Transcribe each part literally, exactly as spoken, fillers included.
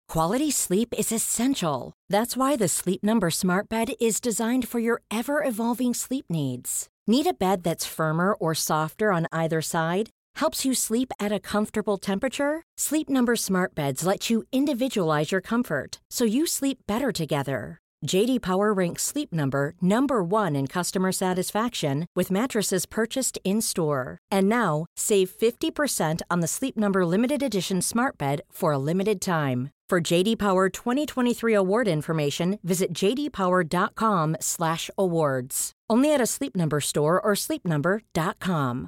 Quality sleep is essential. That's why the Sleep Number Smart Bed is designed for your ever-evolving sleep needs. Need a bed that's firmer or softer on either side? Helps you sleep at a comfortable temperature? Sleep Number Smart Beds let you individualize your comfort, so you sleep better together. J D Power ranks Sleep Number number one in customer satisfaction with mattresses purchased in-store. And now, save fifty percent on the Sleep Number Limited Edition Smart Bed for a limited time. For J D Power twenty twenty-three award information, visit j d power dot com slash awards. Only at a Sleep Number store or sleep number dot com.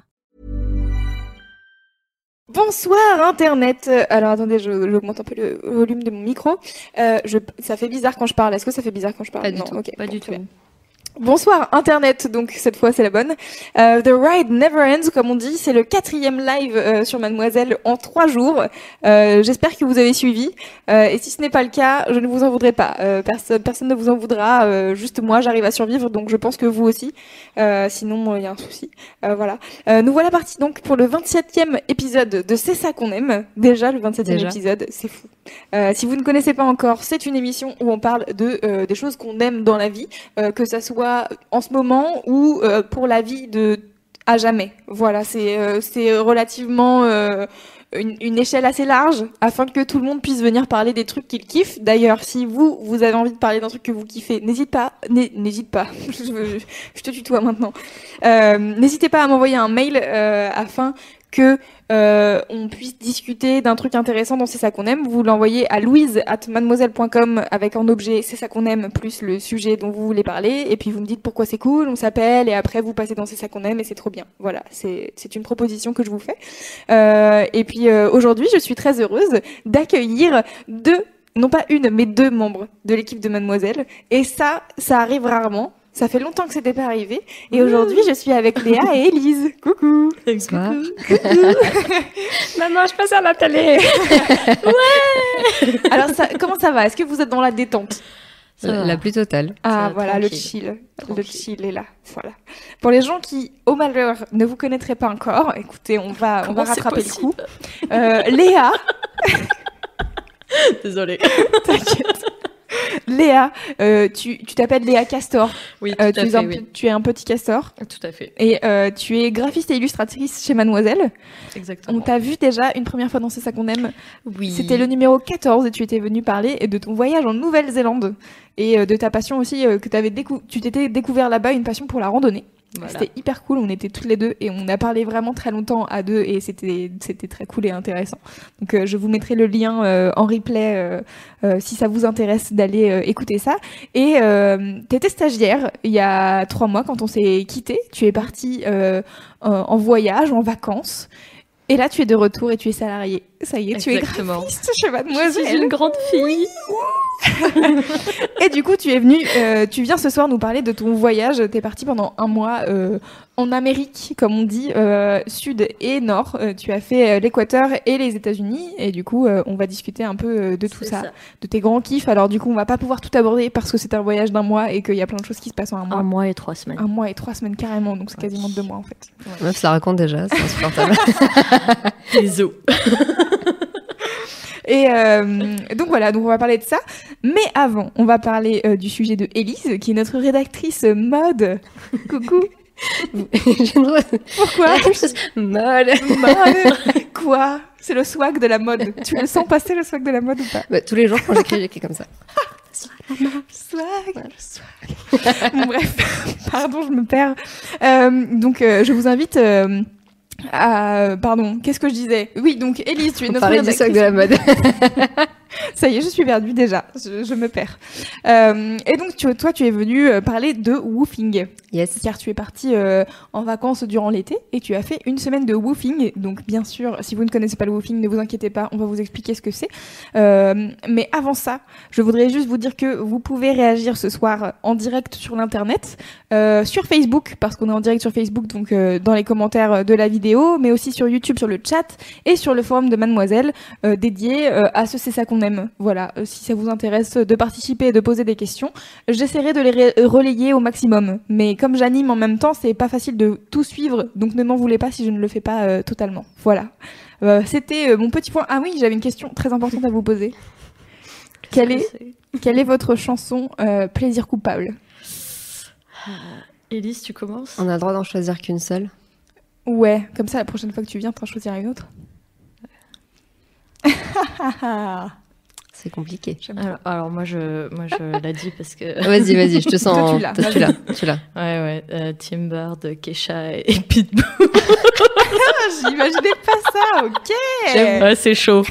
Bonsoir Internet. Alors attendez, je, j'augmente un peu le volume de mon micro. Euh, je, ça fait bizarre quand je parle. Est-ce que ça fait bizarre quand je parle? Pas du non, tout. Okay, pas bon, du tout. Bien. Bonsoir Internet, donc cette fois c'est la bonne. Euh, The Ride Never Ends, comme on dit, c'est le quatrième live euh, sur Mademoiselle en trois jours. Euh, j'espère que vous avez suivi. Euh, et si ce n'est pas le cas, je ne vous en voudrais pas. Euh, personne, personne ne vous en voudra. Euh, juste moi, j'arrive à survivre, donc je pense que vous aussi. Euh, sinon, il y a un souci. Euh, voilà. Euh, nous voilà partis donc pour le vingt-septième épisode de C'est ça qu'on aime. Déjà le vingt-septième Déjà. épisode, c'est fou. Euh, si vous ne connaissez pas encore, c'est une émission où on parle de euh, des choses qu'on aime dans la vie, euh, que ça soit en ce moment ou euh, pour la vie de à jamais. Voilà, c'est euh, c'est relativement euh, une, une échelle assez large afin que tout le monde puisse venir parler des trucs qu'il kiffe. D'ailleurs, si vous vous avez envie de parler d'un truc que vous kiffez, n'hésite pas, n'hésite pas. je, je te tutoie maintenant. Euh, n'hésitez pas à m'envoyer un mail euh, afin que euh, on puisse discuter d'un truc intéressant dans C'est ça qu'on aime. Vous l'envoyez à louise arobase mademoiselle point com avec en objet C'est ça qu'on aime plus le sujet dont vous voulez parler, et puis vous me dites pourquoi c'est cool, on s'appelle, et après vous passez dans C'est ça qu'on aime et c'est trop bien. Voilà, c'est c'est une proposition que je vous fais. Euh, et puis euh, aujourd'hui, je suis très heureuse d'accueillir deux, non pas une, mais deux membres de l'équipe de Mademoiselle. Et ça, ça arrive rarement. Ça fait longtemps que c'était pas arrivé. Et aujourd'hui, je suis avec Léa et Élise. Coucou. Bonsoir. Coucou. Maman, je passe à la télé. Ouais. Alors, ça, comment ça va? Est-ce que vous êtes dans la détente? La, la plus totale. Ah, voilà, tranquille. le chill. Tranquille. Le chill est là. Voilà. Pour les gens qui, au malheur, ne vous connaîtraient pas encore, écoutez, on va, on va rattraper le coup. Euh, Léa. Désolée. T'inquiète. Léa, euh, tu, tu t'appelles Léa Castor. Oui, tout euh, à tu, es fait, un, oui. tu es un petit castor. Tout à fait. Et euh, tu es graphiste et illustratrice chez Mademoiselle. Exactement. On t'a vu déjà une première fois dans C'est ça qu'on aime. Oui. C'était le numéro quatorze et tu étais venue parler de ton voyage en Nouvelle-Zélande et euh, de ta passion aussi, euh, que t'avais décou- tu t'étais découvert là-bas, une passion pour la randonnée. Voilà. C'était hyper cool, on était toutes les deux et on a parlé vraiment très longtemps à deux et c'était c'était très cool et intéressant. Donc euh, je vous mettrai le lien euh, en replay euh, euh, si ça vous intéresse d'aller euh, écouter ça. Et euh, t'étais stagiaire il y a trois mois quand on s'est quitté. Tu es partie euh, en voyage, en vacances. Et là, tu es de retour et tu es salariée. Ça y est, Exactement. Tu es graphiste chez Mademoiselle. Je suis une grande fille. Et du coup, tu es venue, euh, tu viens ce soir nous parler de ton voyage. T'es partie pendant un mois euh, en Amérique, comme on dit, euh, sud et nord. Euh, tu as fait euh, l'Équateur et les États-Unis. Et du coup, euh, on va discuter un peu euh, de tout ça, ça, de tes grands kiffs. Alors du coup, on va pas pouvoir tout aborder parce que c'est un voyage d'un mois et qu'il y a plein de choses qui se passent en un mois. Un mois et trois semaines. Un mois et trois semaines carrément, donc c'est ouais. quasiment deux mois en fait. Ouais. Meuf, ça raconte déjà, c'est insupportable. Les os. Et euh, donc voilà, donc on va parler de ça. Mais avant, on va parler euh, du sujet de Élise, qui est notre rédactrice mode. Coucou. Pourquoi? Mode. Mode. Quoi? C'est le swag de la mode. Tu le sens passer le swag de la mode ou pas? Bah, tous les jours quand j'écris, j'écris comme ça. Swag, ouais. swag. Bon, bref, pardon, je me perds. Euh, donc, euh, je vous invite. Euh, Ah, pardon, qu'est-ce que je disais? Oui, donc Élise, tu es on notre rédactrice. On parlait du swag de la mode. Ça y est, je suis perdue déjà, je, je me perds. Euh, et donc, tu, toi, tu es venue parler de woofing. Yes. Car tu es partie euh, en vacances durant l'été et tu as fait une semaine de woofing. Donc, bien sûr, si vous ne connaissez pas le woofing, ne vous inquiétez pas, on va vous expliquer ce que c'est. Euh, mais avant ça, je voudrais juste vous dire que vous pouvez réagir ce soir en direct sur l'internet, euh, sur Facebook, parce qu'on est en direct sur Facebook, donc euh, dans les commentaires de la vidéo, mais aussi sur YouTube, sur le chat et sur le forum de Mademoiselle, euh, dédié euh, à ce C'est ça qu'on aime. Voilà, euh, si ça vous intéresse de participer et de poser des questions, j'essaierai de les ré- relayer au maximum. Mais comme j'anime en même temps, c'est pas facile de tout suivre, donc ne m'en voulez pas si je ne le fais pas euh, totalement. Voilà. Euh, c'était euh, mon petit point. Ah oui, j'avais une question très importante à vous poser. quelle est, quelle est votre chanson euh, plaisir coupable? euh, Élise, tu commences? On a le droit d'en choisir qu'une seule. Ouais, comme ça, la prochaine fois que tu viens, t'en choisiras une autre. C'est compliqué. Alors, alors moi, je, moi, je l'ai dit parce que... Vas-y, vas-y, je te sens... Toi, tu l'as. Toi, tu l'as, tu l'as. Ouais, ouais. Euh, Timber de Kesha et Pitbull. J'imaginais pas ça, ok. Ouais, c'est chaud.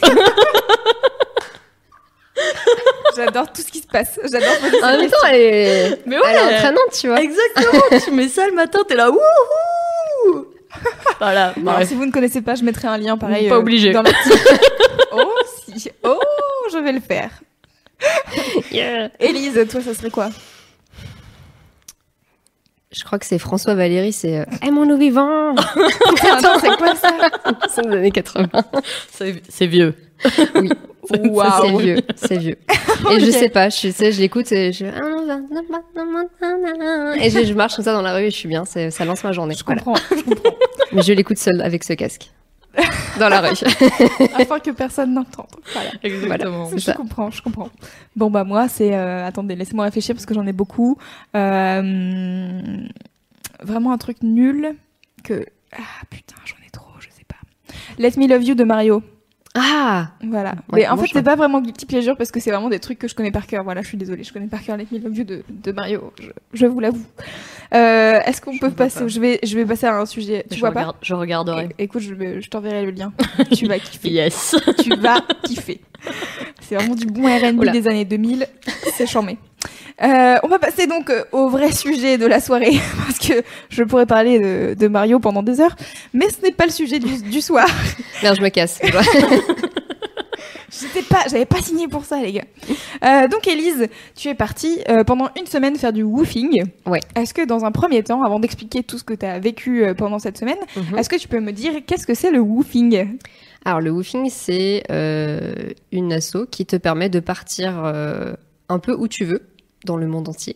J'adore tout ce qui se passe. J'adore poser En ces même temps, questions. elle est, Mais ouais. elle est entraînante, tu vois. Exactement. Tu mets ça le matin, t'es là, wouhou. Voilà. Alors, Bref. si vous ne connaissez pas, je mettrai un lien pareil. Pas euh, obligé. Dans la oh, si. Oh, je vais le faire. Yeah. Élise, toi, ça serait quoi? Je crois que c'est François Valéry, c'est euh, Aimons-nous vivants. Attends, c'est quoi ça? C'est des années quatre-vingts. C'est, c'est vieux. Oui. Waouh. C'est vieux, c'est vieux. Et je sais pas, je sais, je l'écoute et je et je, je marche comme ça dans la rue et je suis bien, c'est, ça lance ma journée. Je Voilà. comprends, je comprends. Mais je l'écoute seule avec ce casque. Dans la rue. Afin que personne n'entende. Voilà. Exactement. C'est Je ça. comprends, je comprends. Bon, bah, moi, c'est. euh, Attendez, laissez-moi réfléchir parce que j'en ai beaucoup. Euh, Vraiment un truc nul que. Ah, putain, j'en ai trop, je sais pas. Let Me Love You de Mario. Ah. Voilà. Ouais, Mais en moi, fait, je c'est vois. pas vraiment guilty pleasure parce que c'est vraiment des trucs que je connais par cœur. Voilà, je suis désolée, je connais par cœur Let Me Love You de, de Mario. Je, je vous l'avoue. Euh, Est-ce qu'on Je peut ne vois passer pas. je vais, je vais passer à un sujet. Tu je vois regarde, Je regarderai. pas É- Écoute, je, vais- je t'enverrai le lien. Tu vas kiffer. Yes. Tu vas kiffer. C'est vraiment du bon R and B Oula. des années deux mille. C'est charmé. Euh, on va passer donc euh, au vrai sujet de la soirée parce que je pourrais parler de, de Mario pendant des heures, mais ce n'est pas le sujet du, du soir. Merde, je me casse. J'étais pas, j'avais pas signé pour ça, les gars. Euh, donc, Élise, tu es partie euh, pendant une semaine faire du woofing. Ouais. Est-ce que dans un premier temps, avant d'expliquer tout ce que tu as vécu euh, pendant cette semaine, Mhm. est-ce que tu peux me dire qu'est-ce que c'est le woofing? Alors, le woofing, c'est euh, une asso qui te permet de partir euh, un peu où tu veux, dans le monde entier.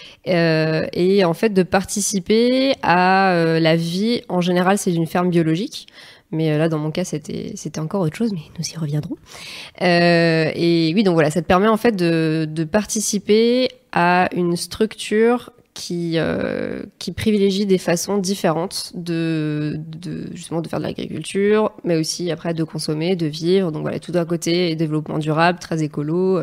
Euh, et en fait, de participer à euh, la vie, en général, c'est une ferme biologique. Mais euh, là, dans mon cas, c'était, c'était encore autre chose, mais nous y reviendrons. Euh, et oui, donc voilà, ça te permet en fait de, de participer à une structure qui, euh, qui privilégie des façons différentes de, de, justement, de faire de l'agriculture, mais aussi après de consommer, de vivre. Donc voilà, tout d'un côté, développement durable, très écolo.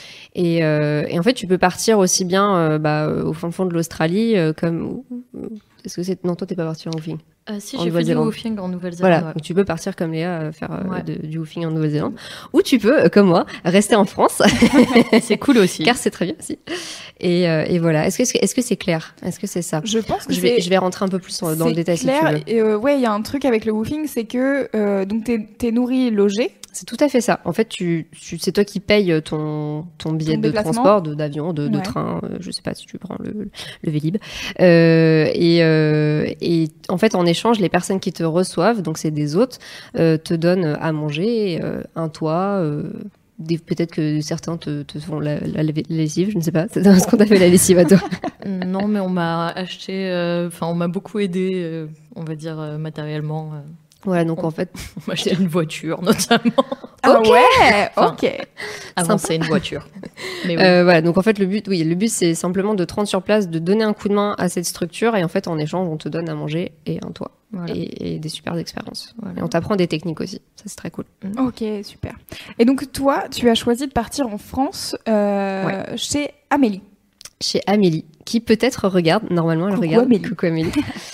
Et, euh, et en fait, tu peux partir aussi bien euh, bah, au fond fond de l'Australie, euh, comme... Est-ce que c'est... Non, toi, t'es pas parti en woofing. Euh, si, En j'ai fait du Nouvelle-Zélande. woofing en Nouvelle-Zélande. Voilà, ouais. donc tu peux partir comme Léa euh, faire euh, Ouais. de- du woofing en Nouvelle-Zélande. Ou tu peux, euh, comme moi, rester en France, C'est cool aussi. car c'est très bien aussi. Et, euh, et voilà. Est-ce que, est-ce que- est-ce que c'est clair? Est-ce que c'est ça? Je pense que je vais, c'est- je vais rentrer un peu plus dans le c'est détail clair. si tu veux. Et, euh, ouais, il y a un truc avec le woofing, c'est que euh, donc t'es, t'es nourri, logé. C'est tout à fait ça. En fait, tu, tu, c'est toi qui payes ton, ton billet Ton de déplacement. transport, de, d'avion, de, de Ouais. train, euh, je sais pas si tu prends le, le Vélib. Euh, et, euh, et en fait, en échange, les personnes qui te reçoivent, donc c'est des hôtes, euh, te donnent à manger, euh, un toit. Euh, des- peut-être que certains te, te font la, la, la lessive, je ne sais pas. C'est ce qu'on a fait la lessive à toi. Non, mais on m'a acheté, euh, enfin, on m'a beaucoup aidé, euh, on va dire, euh, matériellement. euh. Voilà, donc en fait, On m'a acheté une voiture, notamment. Ah Ok. ouais, Enfin, ok. Avancer une voiture. Mais oui. Euh, voilà, donc en fait le but, oui, le but c'est simplement de te rendre sur place, de donner un coup de main à cette structure et en fait en échange on te donne à manger et un toit Voilà. et, et des super expériences. Voilà. Et on t'apprend des techniques aussi, ça c'est très cool. Ok, super. Et donc toi, tu as choisi de partir en France euh, chez Amélie. Chez Amélie, qui peut-être regarde, normalement elle Coucou regarde. Amélie. Coucou Amélie.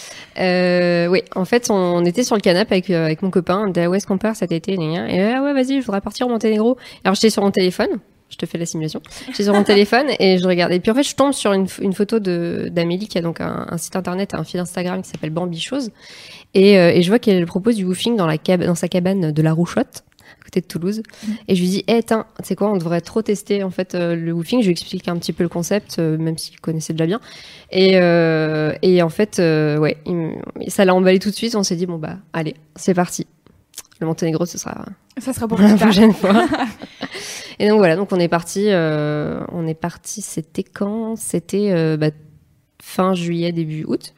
Euh, oui, en fait, on, on était sur le canapé avec, euh, avec mon copain. On disait, où est-ce qu'on part cet été? Et ah ouais, vas-y, je voudrais partir au Monténégro. Alors j'étais sur mon téléphone. Je te fais la simulation. J'étais sur mon téléphone et je regardais. Et puis en fait, je tombe sur une, une photo de d'Amélie qui a donc un, un site internet, un fil Instagram qui s'appelle Bambi Chose. Et, euh, et je vois qu'elle propose du woofing dans la cab- dans sa cabane de la Rouchotte, à côté de Toulouse. Et je lui dis, eh, tiens, tu sais quoi, on devrait trop tester en fait euh, le woofing. Je lui explique un petit peu le concept, euh, même s'il connaissait déjà bien. Et, euh, et en fait, euh, ouais, il me- ça l'a emballé tout de suite. On s'est dit, bon bah, allez, c'est parti. Le Monténégro, ce sera Ça sera pour pour la plus tard. prochaine fois. Et donc voilà, donc on est parti. Euh, on est parti. C'était quand? C'était euh, bah, fin juillet, début août.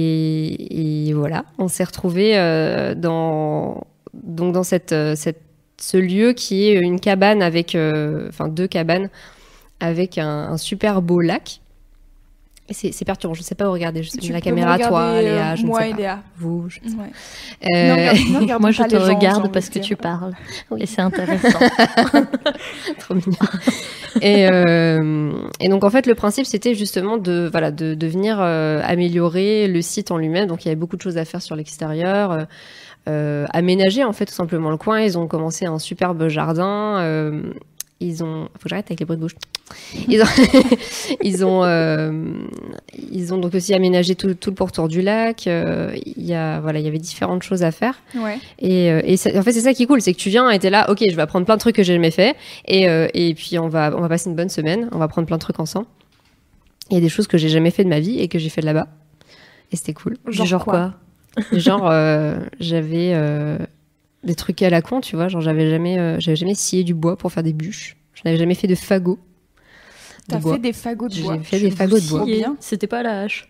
Et, et voilà, on s'est retrouvés euh, dans donc dans cette euh, cette ce lieu qui est une cabane avec, euh, enfin deux cabanes avec un, un super beau lac. Et C'est, c'est perturbant, je sais pas où regarder. Je sais, Tu la peux caméra, me toi, regarder, Léa, euh, je moi ne sais et pas. Léa. Vous, je ne sais Ouais. pas. Ne Euh, regarde- ne regarde Moi, je pas te les gens, j'ai regarde envie parce de que dire. tu parles. Et c'est intéressant. Trop mignon. et, euh, et donc en fait le principe c'était justement de voilà de, de venir euh, améliorer le site en lui-même. Donc il y avait beaucoup de choses à faire sur l'extérieur, euh, euh, aménager en fait tout simplement le coin. Ils ont commencé un superbe jardin. Euh, ils ont faut que j'arrête avec les bruits de bouche. Ils ont ils ont euh, ils ont donc aussi aménagé tout, tout le pourtour du lac. Euh, Il y a voilà il y avait différentes choses à faire. Ouais. Et, euh, et ça- en fait, c'est ça qui est cool, c'est que tu viens et t'es là, ok, je vais apprendre plein de trucs que j'ai jamais fait, et, euh, et puis on va, on va passer une bonne semaine, on va prendre plein de trucs ensemble. Il y a des choses que j'ai jamais fait de ma vie et que j'ai fait de là-bas, et c'était cool. Genre, Genre quoi, quoi Genre, euh, j'avais euh, des trucs à la con, tu vois, genre j'avais jamais, euh, j'avais jamais scié du bois pour faire des bûches, je n'avais jamais fait de fagots. de T'as bois. fait des fagots de J'ai bois. fait des fagots de bois. Trop bien. C'était pas la hache.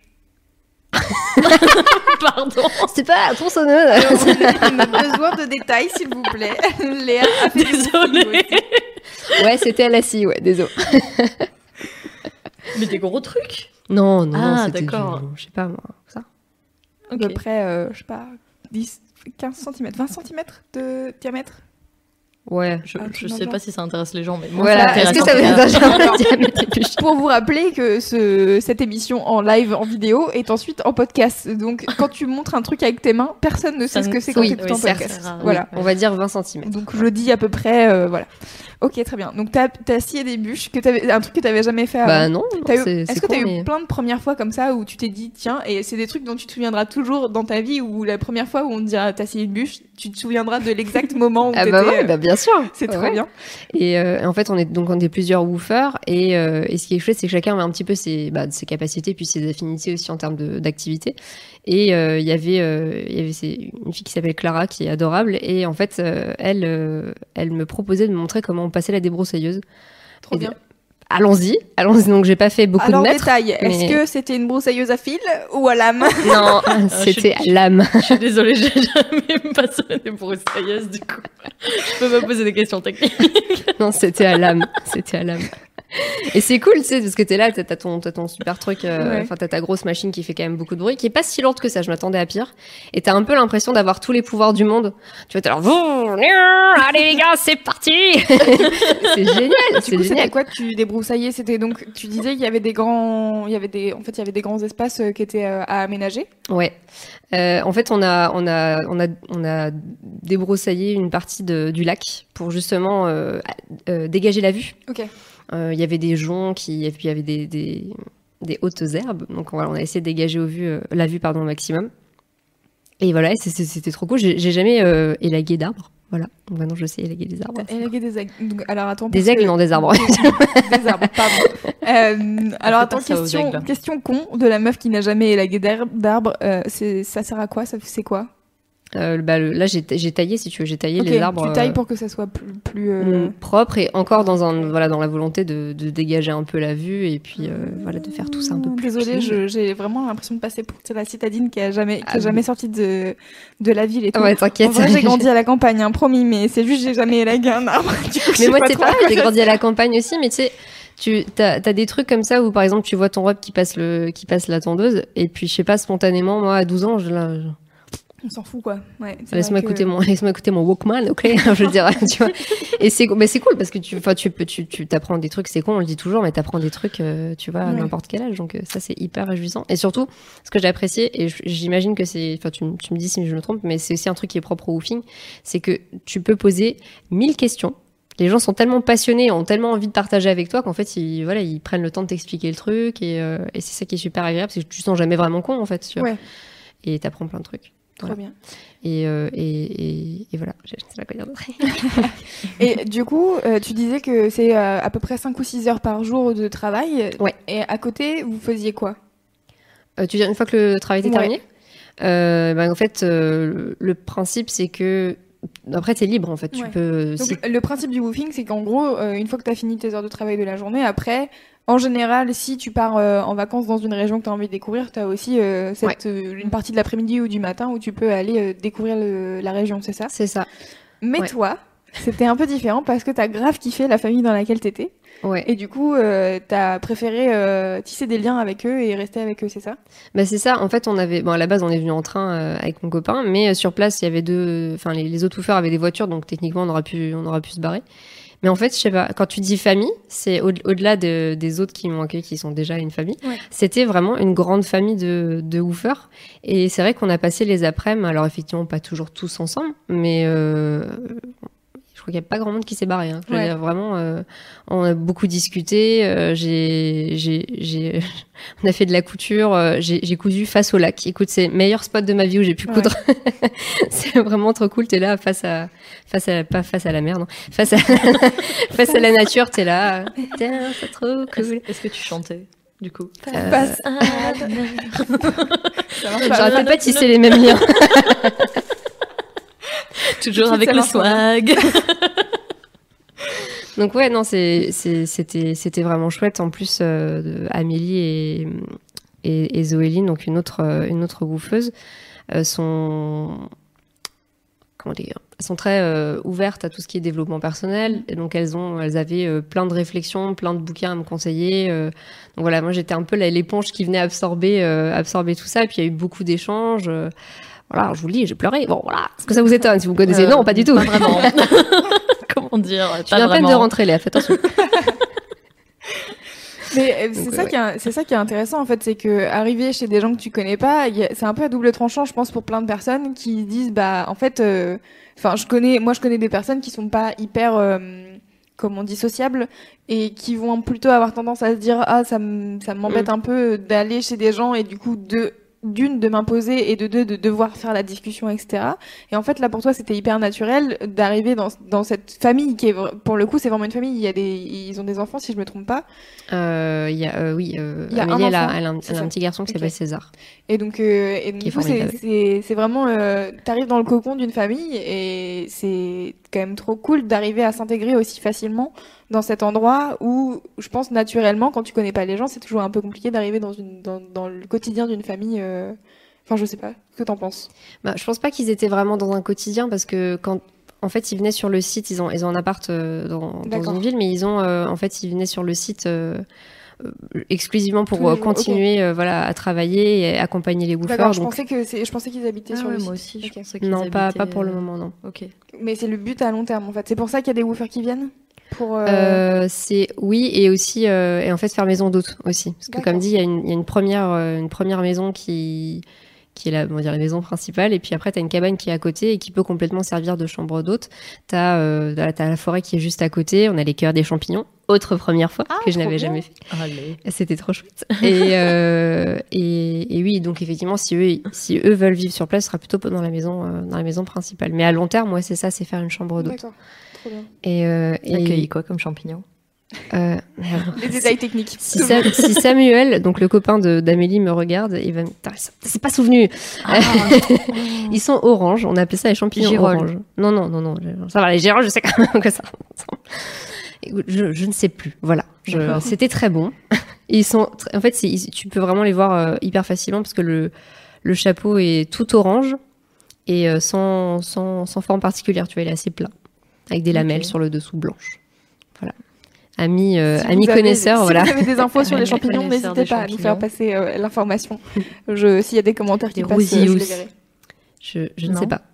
Pardon. C'était pas la tronçonneuse. Alors, on a besoin de détails, s'il vous plaît. Léa a fait des Désolée. fagots aussi. Ouais, c'était à la scie, ouais, désolé. Mais des gros trucs. Non, non, non, Ah, c'était d'accord. du- je sais pas moi, ça. À peu près, euh, je sais pas, dix, quinze centimètres, vingt centimètres de diamètre. Ouais. Je, Un je truc dans sais le pas genre. si ça intéresse les gens, mais moi, Voilà. ça Est-ce que m'intéresse ça vous en tout cas. intéresse le diamètre épluché? Pour vous rappeler que ce, cette émission en live, en vidéo, est ensuite en podcast. Donc, quand tu montres un truc avec tes mains, personne ne sait Ça ce ne- que c'est quand oui, tu écoutes oui, en certes. podcast. Ah, oui. Voilà. On va dire vingt centimètres. Donc, je dis à peu près, euh, voilà. Ok, très bien. Donc, t'as, t'as scié des bûches, que t'avais, un truc que t'avais jamais fait avant. Bah non, non, T'as eu- c'est Est-ce c'est que t'as con, eu mais... plein de premières fois comme ça où tu t'es dit tiens, et c'est des trucs dont tu te souviendras toujours dans ta vie, ou la première fois où on te dira t'as essayé une bûche, tu te souviendras de l'exact moment où Ah t'étais. bah ouais, euh, bah bien sûr. c'est trop Ouais. bien. Et euh, en fait, on est donc on est plusieurs woofers et, euh, et ce qui est chouette, c'est que chacun a un petit peu ses, bah, ses capacités puis ses affinités aussi en termes de- d'activité. Et euh, il y avait, euh, il y avait ces- une fille qui s'appelle Clara qui est adorable et en fait, euh, elle, euh, elle me proposait de me montrer comment on passait la débroussailleuse. Trop Et bien. de- Allons-y, allons-y. Donc j'ai pas fait beaucoup Alors, de mètres. détail, est-ce mais- que c'était une broussailleuse à fil ou à lame? Non, je c'était suis- à lame. Je suis désolée, j'ai jamais passé des broussailleuses du coup. Je peux pas poser des questions techniques. Non, c'était à l'âme. C'était à l'âme. Et c'est cool, tu sais, parce que t'es là, t'as t'as ton, t'as ton super truc, euh, Ouais. enfin t'as ta grosse machine qui fait quand même beaucoup de bruit, qui est pas si lourde que ça. Je m'attendais à pire. Et t'as un peu l'impression d'avoir tous les pouvoirs du monde. Tu vois, t'es là, allez les gars, c'est parti. C'est génial, Du c'est coup, génial. c'était quoi que tu débroussaillais? C'était donc, tu disais qu'il y avait des grands, il y avait des, en fait, il y avait des grands espaces euh, qui étaient euh, à aménager. Ouais. Euh, en fait, on a, on a, on a, on a débroussaillé une partie de, du lac pour justement euh, euh, dégager la vue. Ok. Euh, Il y avait des joncs, qui, et puis il y avait des, des, des hautes herbes. Donc voilà, on a essayé de dégager au vu, euh, la vue pardon, au maximum. Et voilà, et c'est- c'est- c'était trop cool. J'ai j'ai jamais euh, élagué d'arbres. Voilà, donc maintenant je sais élaguer des arbres. T'as élagué des aigles. Donc, alors attends. Des parce aigles, que- non, des arbres. des arbres, pardon. Euh, alors fait attends, pas ça aux question, aigles. question con de la meuf qui n'a jamais élagué d'herbe- d'arbres. Euh, c'est, ça sert à quoi? Ça, c'est quoi? Euh, bah, le- là, j'ai j'ai taillé, si tu veux, j'ai taillé Ok, les arbres. tu tailles euh, pour que ça soit plus, plus euh, mm, propres et encore dans, un, voilà, dans la volonté de, de dégager un peu la vue et puis euh, voilà, de faire tout ça un peu plus Désolée, clean. je- j'ai vraiment l'impression de passer pour tu sais, la citadine qui a jamais, qui a Ah, jamais sorti de, de la ville et tout. Ouais, En t'inquiète. vrai, j'ai grandi à la campagne, hein, promis, mais c'est juste j'ai jamais élagué un arbre. Du coup, je Mais sais moi, pas c'est trop à pareil, quoi j'ai ça grandi à sert. la campagne aussi, mais tu sais, tu as, des trucs comme ça où, par exemple, tu vois ton rep qui passe, le, qui passe la tondeuse, et puis, je sais pas, spontanément, moi, à douze ans, je, là, je- On s'en fout, quoi. Ouais, c'est laisse-moi vrai que- écouter, mon, laisse-moi écouter mon Walkman, ok. Je veux dire, tu vois. Et c'est, mais c'est cool parce que tu, enfin, tu peux, tu, tu t'apprends des trucs, c'est con, on le dit toujours, mais t'apprends des trucs, euh, tu vois, à Ouais. n'importe quel âge. Donc, euh, ça, c'est hyper réjouissant. Et surtout, ce que j'ai apprécié, et j- j'imagine que c'est, enfin, tu, m- tu me dis si je me trompe, mais c'est aussi un truc qui est propre au woofing, c'est que tu peux poser mille questions. Les gens sont tellement passionnés, ont tellement envie de partager avec toi qu'en fait, ils, voilà, ils prennent le temps de t'expliquer le truc et, euh, et c'est ça qui est super agréable, c'est que tu te sens jamais vraiment con, en fait, tu vois. Ouais, Et t'apprends plein de trucs. trop Voilà. bien. Et, euh, et, et, et voilà, je ne sais pas quoi dire d'autre. Et du coup, euh, tu disais que c'est euh, à peu près cinq ou six heures par jour de travail. Ouais. Et à côté, vous faisiez quoi? Euh, tu veux dire une fois que le travail était Ouais. terminé euh, bah, en fait, euh, le, le principe, c'est que après, t'es libre, en fait. Tu Ouais. peux... Donc, si- le principe du woofing, c'est qu'en gros, euh, une fois que tu as fini tes heures de travail de la journée, après, en général, si tu pars euh, en vacances dans une région que tu as envie de découvrir, tu as aussi euh, cette, euh, une partie de l'après-midi ou du matin où tu peux aller euh, découvrir le- la région, c'est ça? C'est ça. Mais Ouais. toi, c'était un peu différent parce que t'as grave kiffé la famille dans laquelle t'étais. Ouais. Et du coup, euh, t'as préféré euh, tisser des liens avec eux et rester avec eux, c'est ça? Bah c'est ça. En fait, on avait, bon à la base, on est venu en train euh, avec mon copain, mais euh, sur place, il y avait deux, enfin les, les autres woofers avaient des voitures, donc techniquement, on aura pu, on aura pu se barrer. Mais en fait, je sais pas, quand tu dis famille, c'est au- au-delà de, des autres qui m'ont accueilli, qui sont déjà une famille. Ouais. C'était vraiment une grande famille de, de woofers. Et c'est vrai qu'on a passé les après-midi, alors effectivement, pas toujours tous ensemble, mais euh, je crois qu'il n'y a pas grand monde qui s'est barré. Hein. Je veux Ouais. dire, vraiment, euh, on a beaucoup discuté. Euh, j'ai, j'ai, j'ai, on a fait de la couture. Euh, j'ai, j'ai cousu face au lac. Écoute, c'est le meilleur spot de ma vie où j'ai pu Ouais. coudre. C'est vraiment trop cool. T'es là face à, face à, pas face à la mer, non, face à, face à la nature. T'es là. Tiens, c'est trop Est-ce cool. est-ce que tu chantais, du coup? Euh, Passe. Ah, Ça marche pas. J'aurais peut-être pas tissé les mêmes liens. toujours Tout avec ça le marche pas. swag. Donc ouais, non, c'est, c'est, c'était, c'était vraiment chouette. En plus, euh, de Amélie et, et, et Zoéline, donc une autre, euh, une autre woofeuse, euh, sont, comment dire, elles sont très euh, ouvertes à tout ce qui est développement personnel. Et donc elles ont, elles avaient euh, plein de réflexions, plein de bouquins à me conseiller. euh. donc voilà, moi j'étais un peu la- l'éponge qui venait absorber, euh, absorber tout ça. Et puis il y a eu beaucoup d'échanges. euh. Voilà, je vous le dis, j'ai pleuré. Bon, voilà. Est-ce que ça vous étonne si vous connaissez? Euh, Non, pas du tout. Pas vraiment. Comment dire? Je viens à peine de rentrer, Léa, fais attention. Mais euh, c'est Donc, ça ouais. qui est, c'est ça qui est intéressant en fait, c'est que arriver chez des gens que tu connais pas, il y a- c'est un peu à double tranchant, je pense, pour plein de personnes qui disent bah en fait, euh, enfin je connais, moi je connais des personnes qui sont pas hyper, euh, comme on dit, sociables et qui vont plutôt avoir tendance à se dire ah ça me ça m'embête Mm. un peu d'aller chez des gens et du coup de d'une de m'imposer et de deux de devoir faire la discussion, et cetera. Et en fait là pour toi c'était hyper naturel d'arriver dans dans cette famille qui est vra- pour le coup c'est vraiment une famille, il y a des ils ont des enfants si je me trompe pas. Euh, il y a, euh, oui, euh, Il y a Amélie, un elle a, enfant, elle a un, c'est elle a un ça. petit garçon qui Ok. s'appelle César. Et donc, euh, et donc Qui est du coup, c'est, formidable. c'est, c'est vraiment, euh, t'arrives dans le cocon d'une famille et c'est quand même trop cool d'arriver à s'intégrer aussi facilement dans cet endroit où, je pense naturellement, quand tu connais pas les gens, c'est toujours un peu compliqué d'arriver dans une, dans, dans le quotidien d'une famille. euh, Enfin, je sais pas. Ce que t'en penses? Bah, je pense pas qu'ils étaient vraiment dans un quotidien parce que quand, en fait, ils venaient sur le site, ils ont, ils ont un appart euh, dans, dans D'accord. une ville, mais ils ont, euh, en fait, ils venaient sur le site euh, euh, exclusivement pour Tous les euh, jours, continuer, euh, voilà, à travailler et accompagner les woofers. D'accord. Je donc- pensais que c'est, je pensais qu'ils habitaient Ah sur ouais, le moi site. aussi, je Ok. pensais qu'ils Non, pas, habitaient, pas pour le euh, moment, non. Ok. Mais c'est le but à long terme, en fait. C'est pour ça qu'il y a des woofers qui viennent pour. euh, Euh, c'est oui et aussi euh, et en fait faire maison d'hôte aussi parce que D'accord. comme dit il y a une, il y a une première euh, une première maison qui qui est la, on va dire la maison principale et puis après t'as une cabane qui est à côté et qui peut complètement servir de chambre d'hôte. T'as euh, t'as t'as la forêt qui est juste à côté, on a les cœurs des champignons, autre première fois Ah, que je trop n'avais bien. jamais fait. Allez. C'était trop chouette. Et, euh, et, et oui, donc effectivement, si eux, si eux veulent vivre sur place, ce sera plutôt dans la maison, euh, dans la maison principale. Mais à long terme, moi, c'est ça, c'est faire une chambre d'hôte. D'accord. Trop bien. Et, euh, et Accueilli quoi comme champignon? euh, merde. Les détails techniques. Si, Sam- si Samuel, donc le copain de- d'Amélie, me regarde, il va me. Putain, c'est pas souvenu. Ils sont orange. On appelle ça les champignons Girolles. orange. Non, non, non, non. Ça va, les girolles, je sais quand même que ça. Écoute, je, je ne sais plus. Voilà. Je- D'accord. C'était très bon. Ils sont. tr- En fait, c'est- ils- tu peux vraiment les voir euh, hyper facilement parce que le le chapeau est tout orange et euh, sans, sans sans forme particulière. Tu vois, il est assez plat avec des lamelles Ok. sur le dessous blanche. Voilà. Amis, euh, Si amis vous avez- connaisseurs, si voilà. vous avez des infos sur les champignons, Connaisseurs n'hésitez des pas à nous champignons. faire passer euh, l'information. Je, s'il y a des commentaires qui Des passent, euh, je les rousillous. verrai. Je, je ne Non. sais pas.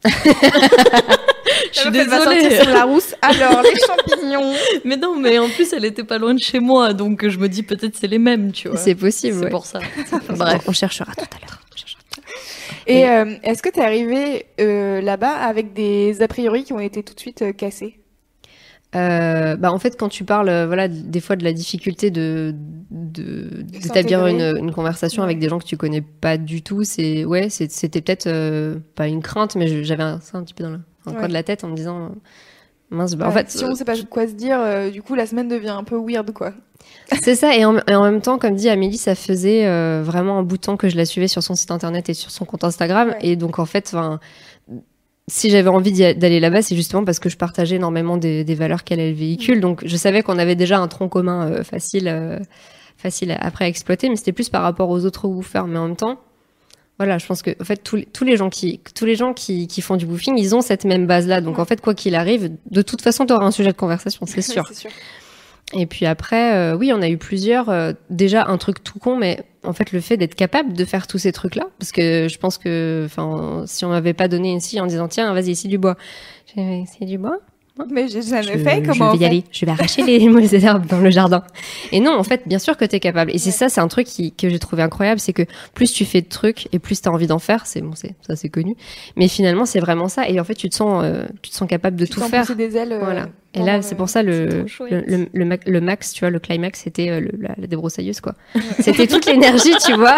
Je suis La meuf, elle va désolée. sortir sur la rousse. Alors, les champignons. Mais non, mais en plus, elle était pas loin de chez moi, donc je me dis peut-être c'est les mêmes, tu vois. C'est possible. C'est ouais. pour ça. Bref, Bref. on cherchera tout à l'heure. On cherchera tout à l'heure. Et Et- euh, est-ce que t'es arrivé euh, là-bas avec des a priori qui ont été tout de suite euh, cassés? Euh, bah en fait, quand tu parles, euh, voilà, des fois de la difficulté de de- d'établir une, s'intégrer. une conversation Ouais. avec des gens que tu connais pas du tout, c'est ouais, c'est- c'était peut-être euh, pas une crainte, mais je- j'avais un, ça un petit peu dans le, dans le coin Ouais. de la tête en me disant euh, mince, bah, en Ouais, fait, si on sait pas quoi se dire, euh, du coup, la semaine devient un peu weird, quoi. c'est ça, et en, et en même temps, comme dit Amélie, ça faisait euh, vraiment un bout de temps que je la suivais sur son site internet et sur son compte Instagram. Ouais. Et donc, en fait, 'fin, si j'avais envie d'y a- d'aller là-bas, c'est justement parce que je partageais énormément des, des valeurs qu'elle elle véhicule. Donc, je savais qu'on avait déjà un tronc commun euh, facile, euh, facile à- après à exploiter, mais c'était plus par rapport aux autres woofers. Mais en même temps, Voilà, je pense que en fait tous les, tous les gens qui tous les gens qui, qui font du woofing, ils ont cette même base là. Donc Ouais. en fait quoi qu'il arrive, de toute façon tu auras un sujet de conversation, c'est sûr. c'est sûr. Et puis après euh, oui, on a eu plusieurs euh, déjà un truc tout con, mais en fait le fait d'être capable de faire tous ces trucs là, parce que je pense que enfin si on m'avait pas donné une scie en disant tiens vas-y ici du bois, j'ai c'est du bois. Mais j'ai jamais Je, fait. Comment je on vais y fait aller, je vais arracher les mauvaises herbes dans le jardin. Et non, en fait, bien sûr que t'es capable. Et c'est Ouais. ça, c'est un truc qui, que j'ai trouvé incroyable, c'est que plus tu fais de trucs et plus t'as envie d'en faire, c'est bon, c'est ça, c'est connu. Mais finalement, c'est vraiment ça. Et en fait, tu te sens, euh, tu te sens capable de Tu tout t'en faire. pousser des ailes. euh, Voilà. Et pendant là, le- c'est pour ça le c'est trop le, chouette. le, le, ma- le max, tu vois, le climax, c'était euh, le- la, la débroussailleuse, quoi. C'était toute l'énergie, tu vois.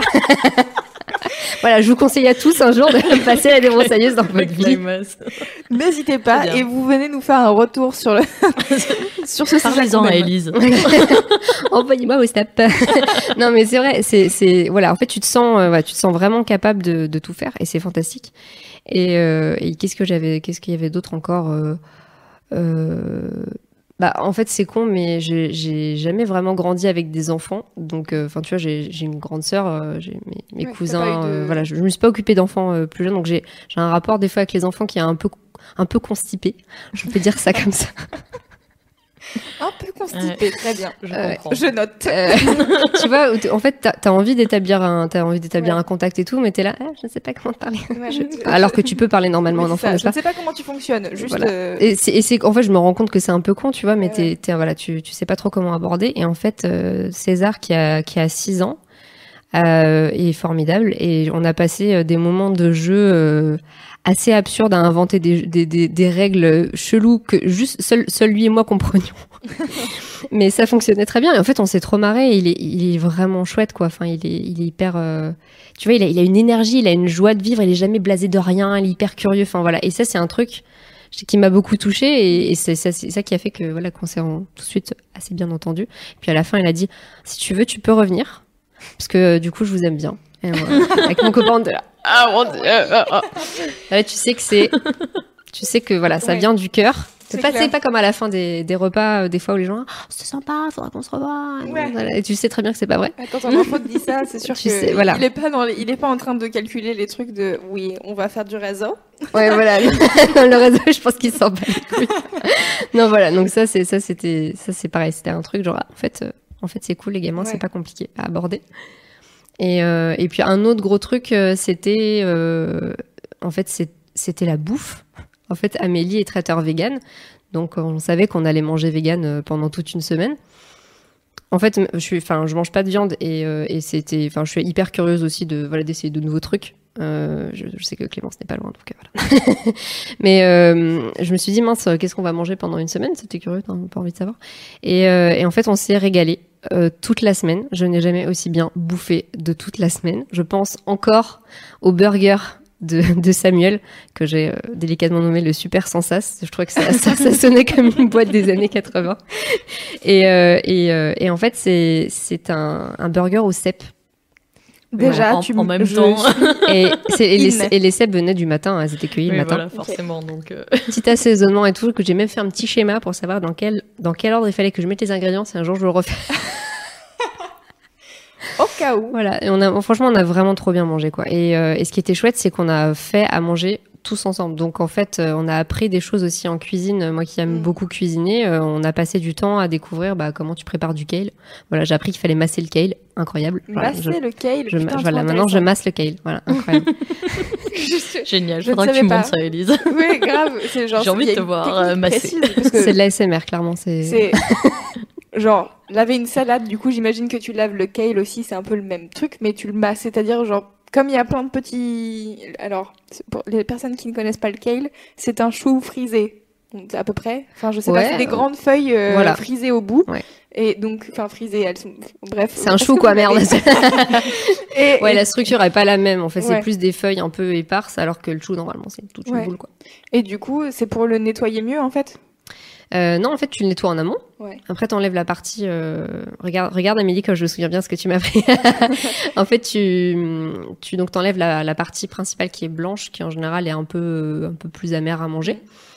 Voilà, je vous conseille à tous un jour de passer la débroussailleuse dans votre vie. Climax. N'hésitez pas Très bien. et vous venez nous faire un retour sur le sur ce Parlez-en à même. Élise. Envoyez-moi vos snaps. Non, mais c'est vrai, c'est, c'est, voilà, en fait, tu te sens, euh, voilà, tu te sens vraiment capable de, de tout faire et c'est fantastique. Et, euh, et qu'est-ce que j'avais, qu'est-ce qu'il y avait d'autre encore euh, euh, Bah, en fait, c'est con, mais j'ai, j'ai jamais vraiment grandi avec des enfants. Donc, enfin, tu vois, j'ai, j'ai une grande sœur, euh, j'ai mes, mes Ouais, t'as cousins. pas eu de- euh, voilà, je, je me suis pas occupée d'enfants euh, plus jeunes, donc j'ai, j'ai un rapport des fois avec les enfants qui est un peu, un peu constipé. Je peux dire ça comme ça. Un peu constipé, très bien. Je Euh, comprends. Je note. Euh, tu vois, où t'es- en fait, t'as, t'as envie d'établir un, t'as envie d'établir Ouais. un contact et tout, mais t'es là, ah, je ne sais pas comment te parler. Ouais, Je- je- Alors que tu peux parler normalement Oui, en c'est enfant, ça. n'est-ce Je ne pas? sais pas comment tu fonctionnes. Juste. Voilà. euh, Et c'est, et c'est, en fait, je me rends compte que c'est un peu con, tu vois, mais Ouais, t'es, ouais. t'es, voilà, tu, tu sais pas trop comment aborder. Et en fait, euh, César, qui a, qui a six ans, euh, est formidable. Et on a passé euh, des moments de jeu euh, assez absurdes à inventer des, des, des, des règles cheloues que juste seul, seul lui et moi comprenions. Mais ça fonctionnait très bien. Et en fait, on s'est trop marré. Il est, il est vraiment chouette, quoi. Enfin, il est, il est hyper. euh, Tu vois, il a, il a une énergie, il a une joie de vivre. Il est jamais blasé de rien. Il est hyper curieux. Enfin voilà. Et ça, c'est un truc qui m'a beaucoup touchée. Et, et c'est, ça, c'est ça qui a fait que voilà qu'on s'est en- tout de suite assez bien entendu. Puis à la fin, il a dit si tu veux, tu peux revenir parce que euh, du coup, je vous aime bien. Et voilà. Avec mon copain, on était là. Ah mon Dieu. ah, ah. Là, tu sais que c'est, tu sais que voilà, ça Ouais. vient du cœur. C'est C'est pas, clair. c'est pas comme à la fin des, des repas, euh, des fois où les gens, ah, c'est sympa, faudra qu'on se revoie. Ouais. Voilà. Et tu sais très bien que c'est pas vrai. Quand un enfant te dit ça, c'est sûr Tu que sais, voilà. il est pas dans les- il est pas en train de calculer les trucs de oui, on va faire du réseau. Ouais, voilà. Le réseau, je pense qu'il s'en bat les couilles. Non, voilà. Donc ça, c'est, ça, c'était, ça, c'est pareil. C'était un truc genre, ah, en fait, euh, en fait, c'est cool, les gamins, Ouais. c'est pas compliqué à aborder. Et, euh, et puis un autre gros truc, euh, c'était, euh, en fait, c'est, c'était la bouffe. En fait, Amélie est traiteur vegan. Donc, on savait qu'on allait manger vegan euh, pendant toute une semaine. En fait, je suis, enfin, je mange pas de viande et, euh, et c'était, enfin, je suis hyper curieuse aussi de, voilà, d'essayer de nouveaux trucs. Euh, je, je sais que Clémence n'est pas loin, donc euh, voilà. Mais euh, je me suis dit mince, qu'est-ce qu'on va manger pendant une semaine? C'était curieux, t'as pas envie de savoir. Et, euh, et en fait, on s'est régalé euh, toute la semaine. Je n'ai jamais aussi bien bouffé de toute la semaine. Je pense encore au burger de, de Samuel, que j'ai euh, délicatement nommé le super sans sas. Je trouvais que ça, ça, ça sonnait comme une boîte des années quatre-vingts. Et, euh, et, euh, et en fait, c'est, c'est un, un burger au cèpe. Déjà, en, tu en me- même je temps. suis- Et, c'est, et, les, In. et les cèpes venaient du matin, elles étaient cueillies Oui, le matin. voilà, forcément. Donc, euh, Petit assaisonnement et tout, que j'ai même fait un petit schéma pour savoir dans quel, dans quel ordre il fallait que je mette les ingrédients, si un jour je le refais. Au cas où. Voilà, et on a, franchement, on a vraiment trop bien mangé, quoi. Et, euh, et ce qui était chouette, c'est qu'on a fait à manger tous ensemble. Donc, en fait, euh, on a appris des choses aussi en cuisine. Moi qui aime Mm. beaucoup cuisiner, euh, on a passé du temps à découvrir bah, comment tu prépares du kale. Voilà, j'ai appris qu'il fallait masser le kale. Incroyable. Voilà, Masser je- le kale. je- putain, voilà, trop maintenant je intéressant. masse le kale. Voilà, incroyable. Je- génial. Je Faudra ne que tu savais montes pas. ça, Élise. Oui, grave. C'est genre. J'ai envie il y a de te une voir, technique euh, masser. précise, parce que C'est de l'A S M R, clairement. C'est... C'est genre laver une salade. Du coup, j'imagine que tu laves le kale aussi. C'est un peu le même truc, mais tu le masses. C'est-à-dire genre comme il y a plein de petits. Alors c'est pour les personnes qui ne connaissent pas le kale, c'est un chou frisé. Donc, à peu près. Enfin, je sais Ouais, pas. C'est des euh, grandes feuilles euh, voilà. frisées au bout. Ouais. Et donc, enfin frisées, elles sont. Bref. C'est un est-ce chou, que quoi, vous merde. l'avez- et, Ouais, et- la structure est pas la même. En fait, Ouais. c'est plus des feuilles un peu éparses, alors que le chou, normalement, c'est toute une Ouais. boule, quoi. et du coup, c'est pour le nettoyer mieux en fait. Euh, non, en fait, tu le nettoies en amont. Ouais. Après, t'enlèves la partie. euh, Regarde, regarde Amélie, comme je me souviens bien ce que tu m'as pris. En fait, tu, tu donc t'enlèves la, la partie principale qui est blanche, qui en général est un peu, un peu plus amère à manger.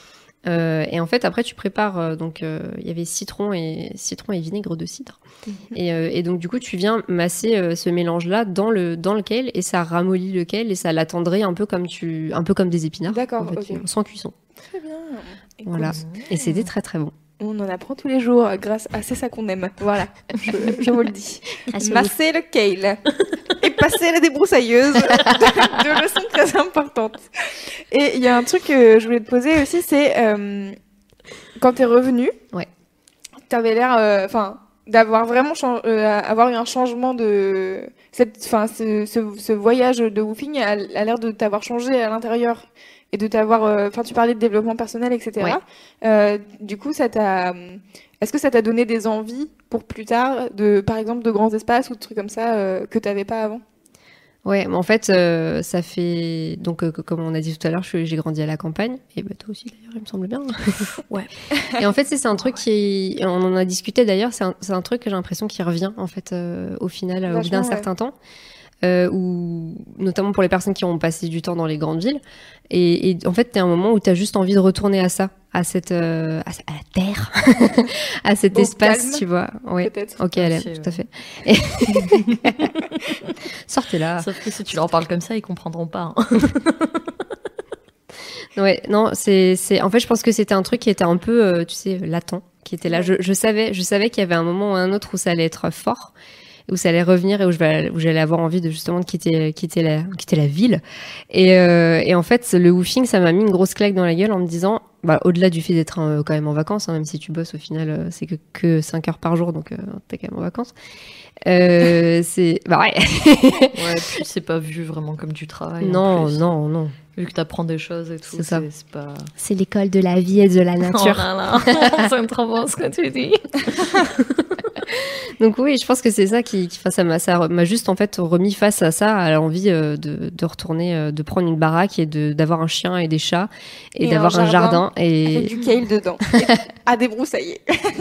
Euh, et en fait, après, tu prépares. euh, donc, euh, il y avait citron et citron et vinaigre de cidre. Mhm. Et, euh, et donc, du coup, tu viens masser euh, ce mélange-là dans le dans le kale et ça ramollit le kale et ça l'attendrit un peu comme tu un peu comme des épinards. D'accord, en fait, ok. sans cuisson. Très bien. Écoute, Voilà. Et c'était très très bon. on en apprend tous les jours grâce à c'est ça qu'on aime. Voilà, je, je vous le dis. Grâce au Masser le kale et passer la débroussailleuse, deux, deux leçons très importantes. Et il y a un truc que je voulais te poser aussi, c'est euh, quand t'es revenu, Ouais. t'avais l'air, enfin, d'avoir vraiment chan- euh, avoir eu un changement de, cette, enfin, ce, ce, ce voyage de woofing a, a l'air de t'avoir changé à l'intérieur et de t'avoir, enfin, tu parlais de développement personnel, et cetera. Euh, du coup, ça t'a, est-ce que ça t'a donné des envies pour plus tard, de, par exemple, de grands espaces ou de trucs comme ça euh, que t'avais pas avant? Ouais, mais en fait, euh, ça fait donc euh, comme on a dit tout à l'heure, je suis- j'ai grandi à la campagne et bah toi aussi d'ailleurs, il me semble bien. Ouais. Et en fait, c'est c'est un truc qui, on en a discuté d'ailleurs, c'est un, c'est un truc que j'ai l'impression qui revient en fait euh, au final euh, au bout Vachement, d'un ouais. certain temps, euh, ou notamment pour les personnes qui ont passé du temps dans les grandes villes. Et, et en fait, t'es à un moment où t'as juste envie de retourner à ça, à cette, euh, à, à la terre, à cet Au espace, calme, tu vois. Ouais. peut-être. Ok, Hélène, Aussi, tout à ouais. fait. Et- Sortez là. Sauf que si tu leur parles comme ça, ils comprendront pas. hein. Ouais, non, c'est, c'est, en fait, je pense que c'était un truc qui était un peu, euh, tu sais, latent, qui était là. Ouais. Je, je savais, je savais qu'il y avait un moment ou un autre où ça allait être fort, où ça allait revenir et où je vais, où j'allais avoir envie de justement de quitter, quitter la, quitter la ville. Et, euh, et en fait, le woofing, ça m'a mis une grosse claque dans la gueule en me disant, bah, au-delà du fait d'être euh, quand même en vacances, hein, même si tu bosses au final, euh, c'est que, que cinq heures par jour, donc euh, t'es quand même en vacances. Euh, c'est, bah ouais. Ouais, puis c'est pas vu vraiment comme du travail. en non, plus. non, non. Vu que t'apprends des choses et tout, C'est ça. c'est c'est pas. C'est l'école de la vie et de la Oh nature. là là, c'est trop bon ce que tu dis. Donc oui, je pense que c'est ça qui, qui enfin, ça m'a, ça m'a juste en fait remis face à ça, à l'envie euh, de, de retourner, euh, de prendre une baraque et de d'avoir un chien et des chats et, Et d'avoir un un jardin. jardin avec Et du kale dedans, et à débroussailler.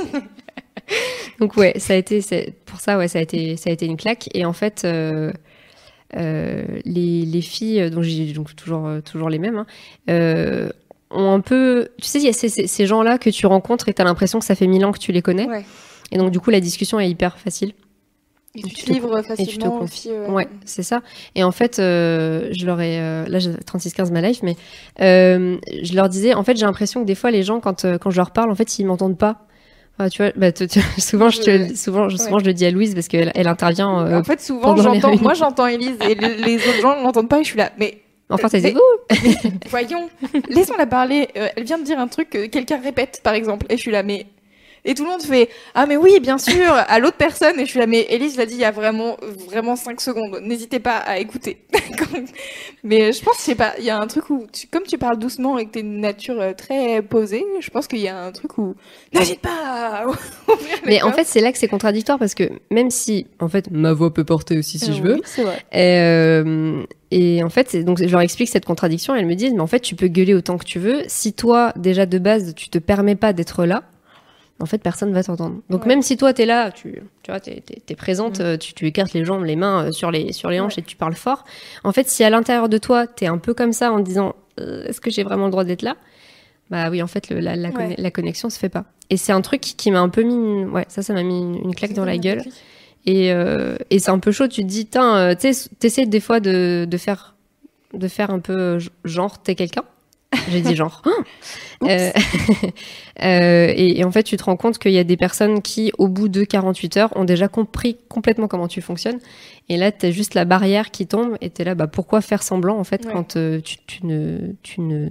donc ouais, ça a été, c'est, pour ça ouais, ça a été, ça a été une claque. Et en fait, euh, euh, les, les filles, dont j'ai donc toujours, euh, toujours les mêmes, hein, euh, ont un peu, tu sais, il y a ces, ces, ces gens-là que tu rencontres et t'as l'impression que ça fait mille ans que tu les connais. Ouais. Et donc du coup, la discussion est hyper facile. Et Et tu tu te te livres et tu te facilement aux confies. filles. euh, Ouais, c'est ça. Et en fait, euh, je leur ai, euh, là, j'ai trente-six quinze ma life, mais euh, je leur disais, en fait, j'ai l'impression que des fois, les gens, quand, euh, quand je leur parle, en fait, ils m'entendent pas. Enfin, tu vois, bah, tu- tu- souvent, je, te, Je- souvent, je- souvent, ouais. je le dis à Louise parce qu'elle elle intervient. euh, En fait, souvent, pendant les j'entends, réunions. moi, j'entends Élise et le- les autres gens ne l'entendent pas et je suis là. Mais Enfin, ça mais- c'est vous. voyons, laissons-la parler. Euh, elle vient de dire un truc que quelqu'un répète, par exemple, et je suis là, mais. Et tout le monde fait ah mais oui bien sûr à l'autre personne et je suis là mais Élise l'a dit il y a vraiment vraiment cinq secondes, n'hésitez pas à écouter. Mais je pense, je sais pas, il y a un truc où tu, comme tu parles doucement et que t'es une nature euh, très posée, je pense qu'il y a un truc où n'hésite pas à ouvrir les Mais en portes. fait, c'est là que c'est contradictoire parce que même si, en fait, ma voix peut porter aussi si Euh, je veux. oui, c'est vrai. Et, euh, et en fait, c'est- donc je leur explique cette contradiction. Elles me disent, mais en fait, tu peux gueuler autant que tu veux. Si toi, déjà de base, tu te permets pas d'être là, en fait, personne va t'entendre. Donc Ouais. même si toi, t'es là, tu, tu vois, t'es, t'es, t'es présente, Mm. euh, tu, tu écartes les jambes, les mains euh, sur les, sur les hanches Ouais. et tu parles fort. En fait, si à l'intérieur de toi, t'es un peu comme ça en te disant, euh, est-ce que j'ai vraiment le droit d'être là? Bah oui, en fait, le, la, la, Ouais. conne- la connexion se fait pas. Et c'est un truc qui, qui m'a un peu mis, une- ouais, ça, ça m'a mis une, une claque dans la gueule. Et, euh, et c'est un peu chaud. Tu te dis, tiens, euh, tu sais, t'essaies des fois de, de faire, de faire un peu euh, genre, t'es quelqu'un. J'ai dit genre. euh, euh, et, et en fait, tu te rends compte qu'il y a des personnes qui, au bout de quarante-huit heures, ont déjà compris complètement comment tu fonctionnes. Et là, t'as juste la barrière qui tombe et t'es là, bah, pourquoi faire semblant, en fait, Ouais. quand euh, tu, tu ne, tu ne,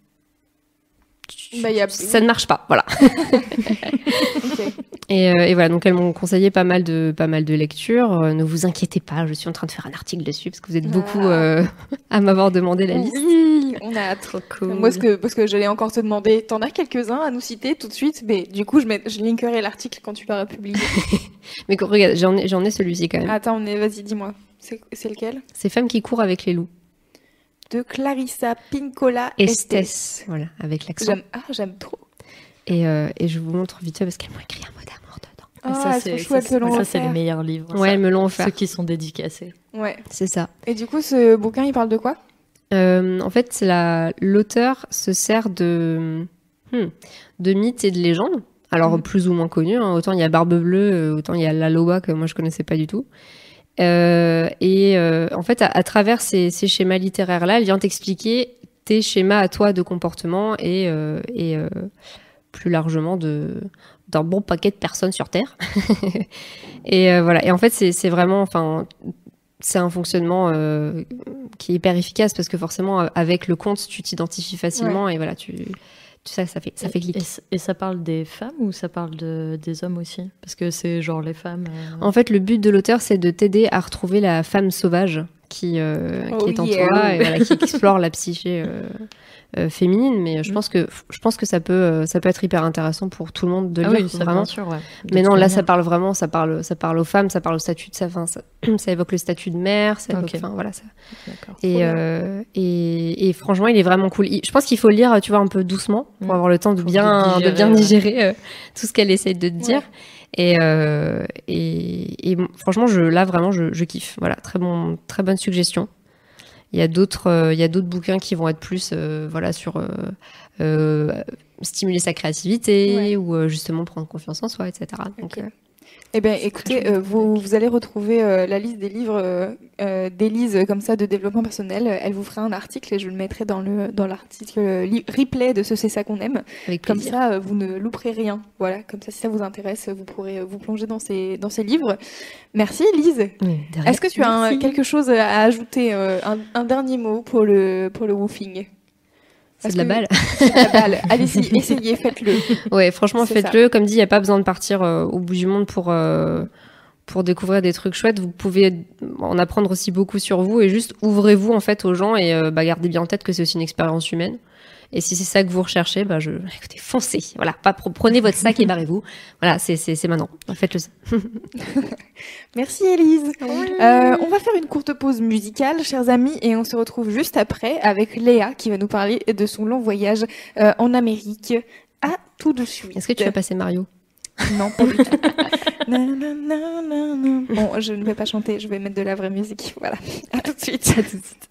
tu- Bah, y a- ça ne marche pas, voilà. Ok. Et, euh, et voilà, donc elles m'ont conseillé pas mal de, pas mal de lectures. Euh, ne vous inquiétez pas, je suis en train de faire un article dessus parce que vous êtes beaucoup Ah. euh, à m'avoir demandé la liste. Oui, on a hâte. Trop cool. Moi, ce que, parce que j'allais encore te demander, t'en as quelques-uns à nous citer tout de suite, mais du coup, je, mets, je linkerai l'article quand tu l'auras publié. Mais que- regarde, j'en ai, j'en ai celui-ci quand même. Attends, on est, vas-y, dis-moi. C'est, c'est lequel? Ces femmes qui courent avec les loups. De Clarissa Pinkola Estes. Estes. Voilà, avec l'accent. J'aime, ah, j'aime trop. Et, euh, et je vous montre vite fait parce qu'elles m'ont écrit un mot d'amour dedans. Ah, Et ça, elles c'est sont ça, chouettes, c'est- le long ça, c'est les offert. meilleurs livres. Ouais, ça. elles me l'ont offert. Ceux qui sont dédicacés. Ouais. C'est ça. Et du coup, ce bouquin, il parle de quoi? Euh, en fait, c'est la, l'auteur se sert de. hmm, de mythes et de légendes. Alors, mmh. plus ou moins connus. Hein. Autant il y a Barbe Bleue, autant il y a la Loa que moi je connaissais pas du tout. Euh, et euh, en fait, à, à travers ces, ces schémas littéraires-là, elle vient t'expliquer tes schémas à toi de comportement et, euh, et euh, plus largement de, d'un bon paquet de personnes sur Terre. et euh, voilà. Et en fait, c'est, c'est vraiment, enfin, c'est un fonctionnement euh, qui est hyper efficace parce que forcément, avec le conte, tu t'identifies facilement ouais. et voilà, tu, tu sais, ça fait, ça fait clic. Et, et ça parle des femmes ou ça parle de, des hommes aussi? Parce que c'est genre les femmes. Euh... En fait, le but de l'auteur, c'est de t'aider à retrouver la femme sauvage qui, euh, oh qui est en yeah. toi et voilà, qui explore la psyché euh, euh, féminine. Mais je pense que je pense que ça peut ça peut être hyper intéressant pour tout le monde de ah lire oui, ça, vraiment. Bien sûr, ouais. Mais non, là, ça parle vraiment, ça parle ça parle aux femmes, ça parle au statut de sa fin, ça, ça évoque le statut de mère, ça évoque, enfin okay. voilà ça. D'accord. Et, euh, et et franchement, il est vraiment cool. Je pense qu'il faut le lire, tu vois, un peu doucement pour mmh. avoir le temps de pour bien digérer, de bien digérer ouais. euh, tout ce qu'elle essaie de te dire. Ouais. Et, euh, et, et franchement, je, là, vraiment, je, je kiffe. Voilà, très, bon, très bonne suggestion. Il y a d'autres, euh, il y a d'autres bouquins qui vont être plus euh, voilà, sur euh, euh, stimuler sa créativité ouais. ou euh, justement prendre confiance en soi, et cetera. Donc, okay. euh, eh bien, écoutez, euh, vous, vous allez retrouver euh, la liste des livres euh, euh, d'Élise comme ça de développement personnel. Elle vous fera un article et je le mettrai dans le dans l'article euh, li- replay de ce C'est ça qu'on aime. Avec comme plaisir. ça, euh, vous ne louperez rien. Voilà, comme ça, si ça vous intéresse, vous pourrez euh, vous plonger dans ces dans ces livres. Merci, Élise. Est-ce que tu as un, quelque chose à ajouter, euh, un, un dernier mot pour le pour le woofing? C'est de la balle. C'est de la balle. Allez-y, essayez, faites-le. Ouais, franchement, c'est faites-le. Ça. Comme dit, il n'y a pas besoin de partir euh, au bout du monde pour, euh, pour découvrir des trucs chouettes. Vous pouvez en apprendre aussi beaucoup sur vous et juste ouvrez-vous en fait aux gens et euh, bah, gardez bien en tête que c'est aussi une expérience humaine. Et si c'est ça que vous recherchez, bah je, écoutez, foncez. Voilà, pas prenez votre sac et barrez-vous. Voilà, c'est c'est c'est maintenant. Faites-le. Merci Élise. Oui. Euh, on va faire une courte pause musicale, chers amis, et on se retrouve juste après avec Léa qui va nous parler de son long voyage euh, en Amérique. À tout de suite. Est-ce que tu vas passer Mario? Non, pas du tout. na, na, na, na, na. Bon, je ne vais pas chanter, je vais mettre de la vraie musique. Voilà. À tout de suite. À tout de suite.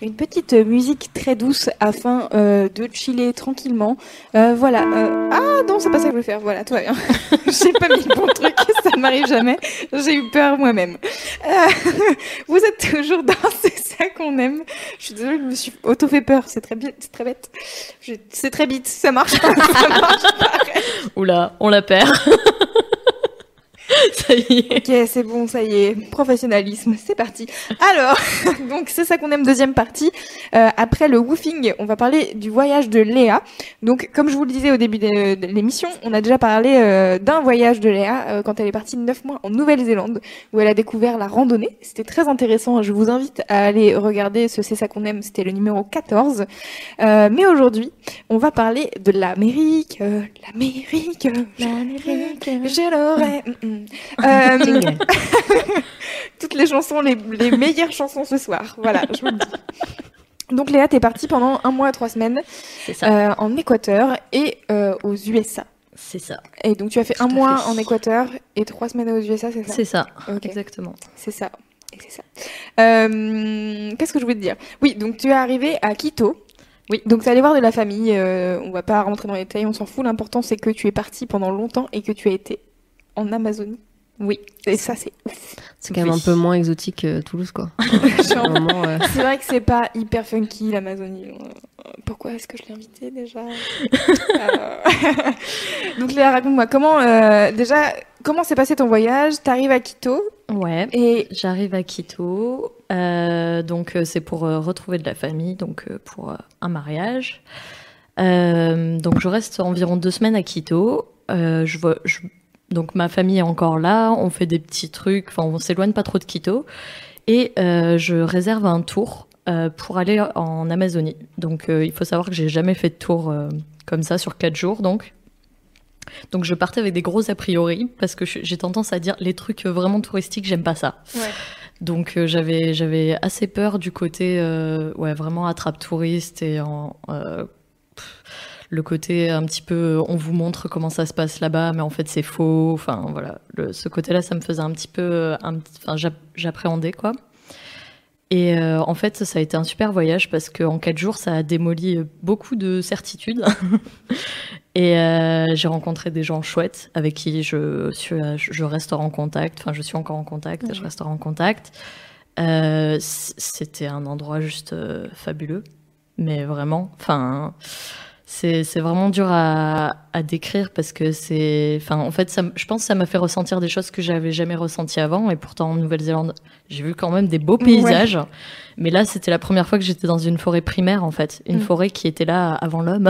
Une petite euh, musique très douce afin euh, de chiller tranquillement. Euh, voilà. euh, Ah non, c'est pas ça que je veux faire. Voilà, tout va bien. J'ai pas mis le bon truc, ça m'arrive jamais. J'ai eu peur moi-même. Euh, Vous êtes toujours dans C'est ça qu'on aime. Je suis désolée, je me suis auto fait peur. C'est très, bi- c'est très bête. Je- C'est très bite. Ça marche pas. Ça marche pas. Oula, on la perd. Ça y est. Ok, c'est bon, ça y est, professionnalisme, c'est parti. Alors, donc c'est ça qu'on aime, deuxième partie. Euh, après le woofing, on va parler du voyage de Léa. Donc, comme je vous le disais au début de, de l'émission, on a déjà parlé euh, d'un voyage de Léa euh, quand elle est partie neuf mois en Nouvelle-Zélande, où elle a découvert la randonnée. C'était très intéressant, je vous invite à aller regarder ce C'est ça qu'on aime, c'était le numéro quatorze. Euh, mais aujourd'hui, on va parler de l'Amérique, euh, l'Amérique, l'Amérique, je l'aurais... Mm, mm. Euh, toutes les chansons, les, les meilleures chansons ce soir. Voilà, je vous le dis. Donc Léa, t'es partie pendant un mois et trois semaines C'est ça. euh, en Équateur et euh, aux U S A. C'est ça. Et donc tu as fait Tout un à mois fait. en Équateur et trois semaines aux U S A, c'est ça? C'est ça. Ok. Exactement. C'est ça. Et c'est ça. Euh, Qu'est-ce que je voulais te dire? Oui, donc tu es arrivée à Quito. Oui. Donc, c'est aller voir de la famille. Euh, on va pas rentrer dans les détails, on s'en fout. L'important, c'est que tu es partie pendant longtemps et que tu as été en Amazonie. Oui. Et ça, c'est ouf. C'est quand même Oui. un peu moins exotique que Toulouse, quoi. Genre, À un moment, euh, c'est vrai que c'est pas hyper funky, l'Amazonie. Euh, Pourquoi est-ce que je l'ai invité déjà? Euh, Donc, Léa, raconte-moi, comment, euh, déjà, comment s'est passé ton voyage? T'arrives à Quito Ouais. et J'arrive à Quito, euh, donc euh, c'est pour euh, retrouver de la famille, donc euh, pour euh, un mariage. Euh, donc je reste environ deux semaines à Quito. Euh, je vois, je- donc ma famille est encore là, on fait des petits trucs, enfin on s'éloigne pas trop de Quito, et euh, je réserve un tour euh, pour aller en Amazonie. Donc euh, il faut savoir que j'ai jamais fait de tour euh, comme ça sur quatre jours, donc. Donc je partais avec des gros a priori parce que je- j'ai tendance à dire les trucs vraiment touristiques, j'aime pas ça. ouais. Donc euh, j'avais j'avais assez peur du côté euh, ouais vraiment attrape touriste et en euh, pff, le côté un petit peu on vous montre comment ça se passe là-bas mais en fait c'est faux. Enfin voilà, le- ce côté-là ça me faisait un petit peu euh, un petit- enfin j'app- j'appréhendais quoi. Et euh, en fait, ça a été un super voyage parce qu'en quatre jours, ça a démoli euh, beaucoup de certitudes. Et euh, j'ai rencontré des gens chouettes avec qui je, suis, euh, je resterai en contact. Enfin, je suis encore en contact, Ouais. je resterai en contact. Euh, c- c'était un endroit juste euh, fabuleux. Mais vraiment, enfin, c'est c'est vraiment dur à, à décrire parce que c'est. Enfin, en fait, ça, m- je pense que ça m'a fait ressentir des choses que j'avais jamais ressenties avant. Et pourtant, en Nouvelle-Zélande, j'ai vu quand même des beaux paysages. Mais là, c'était la première fois que j'étais dans une forêt primaire, en fait. Une Mm. forêt qui était là avant l'homme.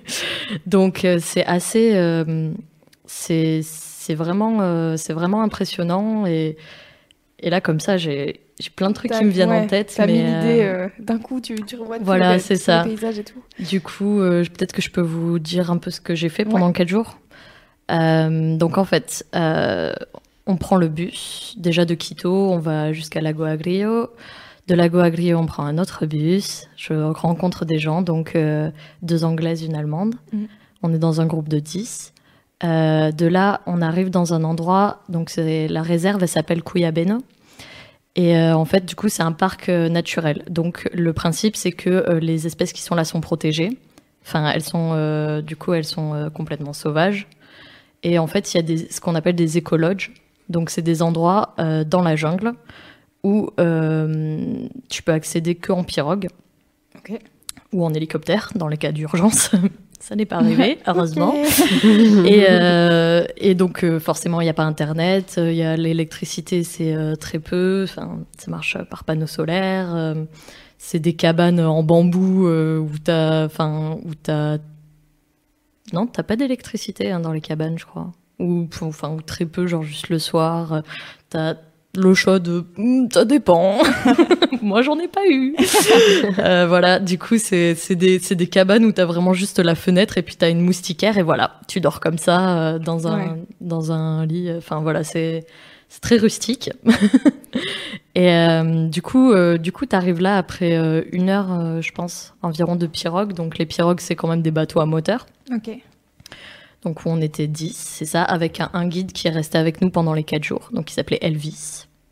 Donc, euh, c'est assez. euh, c'est c'est vraiment, euh, c'est vraiment impressionnant. Et, et là, comme ça, j'ai j'ai plein de trucs T'as- qui me viennent ouais, en tête. T'as mis mais, euh, l'idée euh, d'un coup, tu, tu revois tous voilà, les- c'est tous ça. les paysages et tout. Du coup, euh, je- peut-être que je peux vous dire un peu ce que j'ai fait pendant quatre jours. Euh, donc en fait, euh, on prend le bus déjà de Quito, on va jusqu'à Lago Agrio. De Lago Agrio, on prend un autre bus. Je rencontre des gens, donc euh, deux Anglaises, une Allemande. Mhm. On est dans un groupe de dix. Euh, de là, on arrive dans un endroit, donc c'est la réserve, elle s'appelle Cuyabeno. Et euh, en fait, du coup, c'est un parc euh, naturel. Donc, le principe, c'est que euh, les espèces qui sont là sont protégées. Enfin, elles sont, euh, du coup, elles sont euh, complètement sauvages. Et en fait, il y a des, ce qu'on appelle des écologes. Donc, c'est des endroits euh, dans la jungle où euh, tu peux accéder qu'en pirogue Ok. ou en hélicoptère dans les cas d'urgence. Ça n'est pas arrivé, heureusement. Ok. Et, euh, et donc, euh, forcément, il n'y a pas Internet, il y a l'électricité, c'est euh, très peu, enfin, ça marche par panneaux solaires, euh, c'est des cabanes en bambou euh, où t'as, enfin, où t'as, non, t'as pas d'électricité hein, dans les cabanes, je crois, ou, enfin, ou très peu, genre juste le soir, euh, t'as l'eau chaude, hmm, ça dépend. Moi, j'en ai pas eu. Euh, voilà, du coup, c'est c'est des, c'est des cabanes où t'as vraiment juste la fenêtre et puis t'as une moustiquaire et voilà, tu dors comme ça euh, dans un, Ouais. dans un lit. Enfin, voilà, c'est c'est très rustique. Et euh, du coup, euh, du coup, t'arrives là après euh, une heure, euh, je pense, environ de pirogue. Donc, les pirogues, c'est quand même des bateaux à moteur. Ok. Donc, où on était dix, c'est ça, avec un, un guide qui est resté avec nous pendant les quatre jours. Donc, il s'appelait Elvis.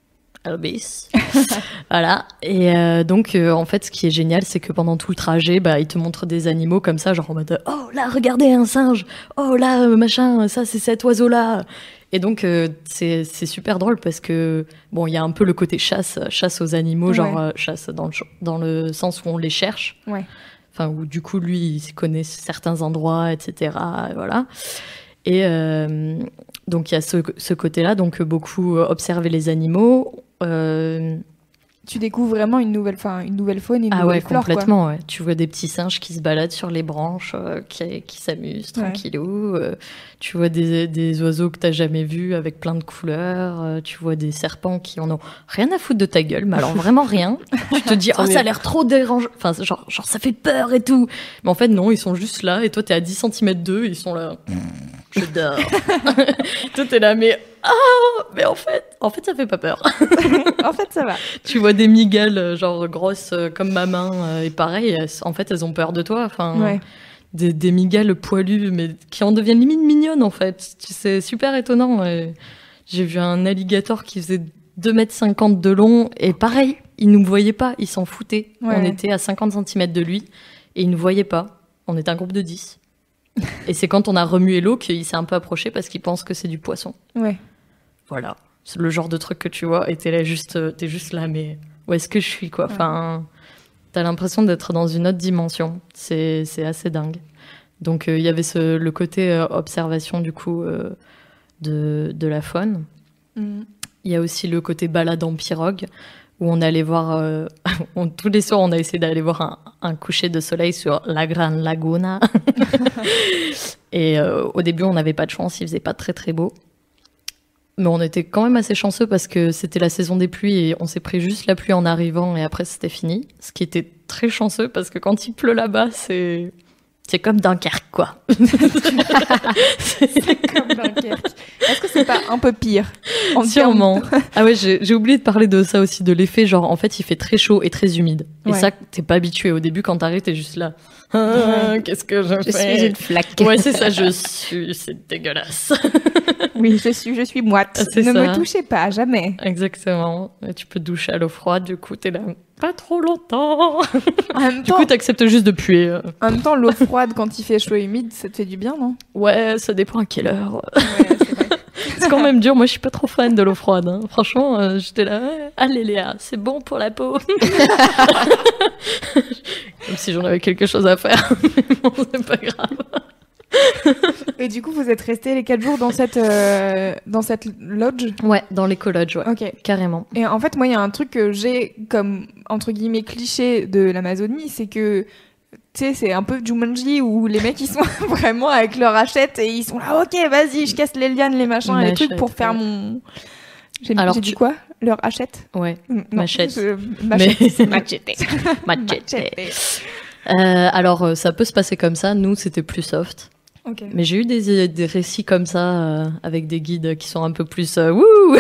Elvis. Voilà. Et euh, donc, euh, en fait, ce qui est génial, c'est que pendant tout le trajet, bah, ils te montrent des animaux comme ça, genre en mode « Oh, là, regardez, un singe !»« Oh, là, euh, machin, ça, c'est cet oiseau-là !» Et donc, euh, c'est, c'est super drôle parce que, bon, il y a un peu le côté chasse, chasse aux animaux, genre Ouais. euh, chasse dans le, dans le sens où on les cherche. Ouais. Enfin, où du coup, lui, il connaît certains endroits, et cetera. Voilà. Et euh, donc, il y a ce, ce côté-là, donc beaucoup euh, observer les animaux. Euh, Tu découvres vraiment une nouvelle, enfin, une nouvelle faune et une ah nouvelle ouais, flore, quoi. complètement, ouais. Tu vois des petits singes qui se baladent sur les branches, euh, qui, qui s'amusent Ouais. tranquillou. Euh, tu vois des, des oiseaux que t'as jamais vus avec plein de couleurs. Euh, tu vois des serpents qui en ont rien à foutre de ta gueule, mais alors vraiment rien. Tu te dis, oh, ça a l'air trop dérangeant. Enfin, genre, genre, ça fait peur et tout. Mais en fait, non, ils sont juste là et toi, t'es à dix centimètres d'eux, ils sont là. Je dors. Toi, t'es là, mais ah, mais en fait, en fait, ça fait pas peur. En fait, ça va. Tu vois des migales, genre grosses euh, comme ma main, euh, et pareil, elles- en fait, elles ont peur de toi. Enfin, Ouais. des, des migales poilues, mais qui en deviennent limite mignonnes, en fait. C'est super étonnant. Et j'ai vu un alligator qui faisait deux mètres cinquante de long, et pareil, il nous voyait pas, il s'en foutait. Ouais. On était à cinquante centimètres de lui, et il nous voyait pas. On était un groupe de dix. Et c'est quand on a remué l'eau qu'il s'est un peu approché parce qu'il pense que c'est du poisson. Ouais. Voilà, c'est le genre de truc que tu vois et t'es là juste, euh, t'es juste là, mais où est-ce que je suis, quoi. Enfin, t'as l'impression d'être dans une autre dimension. C'est, c'est assez dingue. Donc il y avait ce, le côté euh, observation du coup euh, de, de la faune. Mm. Il y a aussi le côté balade en pirogue où on allait voir, euh, on- tous les soirs on a essayé d'aller voir un, un coucher de soleil sur la Gran Laguna. Et euh, au début on n'avait pas de chance, il faisait pas très très beau. Mais on était quand même assez chanceux parce que c'était la saison des pluies et on s'est pris juste la pluie en arrivant et après c'était fini. Ce qui était très chanceux parce que quand il pleut là-bas, c'est, c'est comme Dunkerque, quoi. C'est comme Dunkerque. Est-ce que c'est pas un peu pire en Sûrement. termes Ah ouais, j'ai, j'ai oublié de parler de ça aussi, de l'effet, genre en fait il fait très chaud et très humide. Et Ouais. ça, t'es pas habitué. Au début, quand t'arrives, t'es juste là. Ah, Ouais. qu'est-ce que je, Je fais suis une flaque. Ouais, c'est ça, je suis, c'est dégueulasse. Oui, je suis, je suis moite. Ah, c'est Ne ça. me touchez pas, jamais. Exactement. Et tu peux te doucher à l'eau froide, du coup, t'es là. Pas trop longtemps. En même Du temps, coup, t'acceptes juste de puer. euh. en même temps, l'eau froide quand il fait chaud et humide, ça te fait du bien, non? Ouais, ça dépend à quelle heure. Ouais, c'est vrai. C'est quand même dur. Moi, je suis pas trop fan de l'eau froide. hein. Franchement, euh, j'étais là. ouais, Allez, Léa, c'est bon pour la peau. Comme si j'en avais quelque chose à faire. Mais bon, c'est pas grave. Et du coup, vous êtes restés les quatre jours dans cette, euh, dans cette lodge? Ouais, dans les colleges, ouais. Ok. Carrément. Et en fait, moi, il y a un truc que j'ai comme, entre guillemets, cliché de l'Amazonie, c'est que, tu sais, c'est un peu Jumanji où les mecs, ils sont vraiment avec leur hachette et ils sont là, ok, vas-y, je casse les lianes, les machins, les trucs Machette, pour faire ouais. mon... J'ai Alors, j'ai dit tu- quoi? Leur hachette? Ouais. Non, Machette. je- Machette. Mais- c'est machette. Machete. Machette. Euh, alors, euh, ça peut se passer comme ça. Nous, c'était plus soft. Ok. Mais j'ai eu des, des récits comme ça, euh, avec des guides qui sont un peu plus euh, wouh.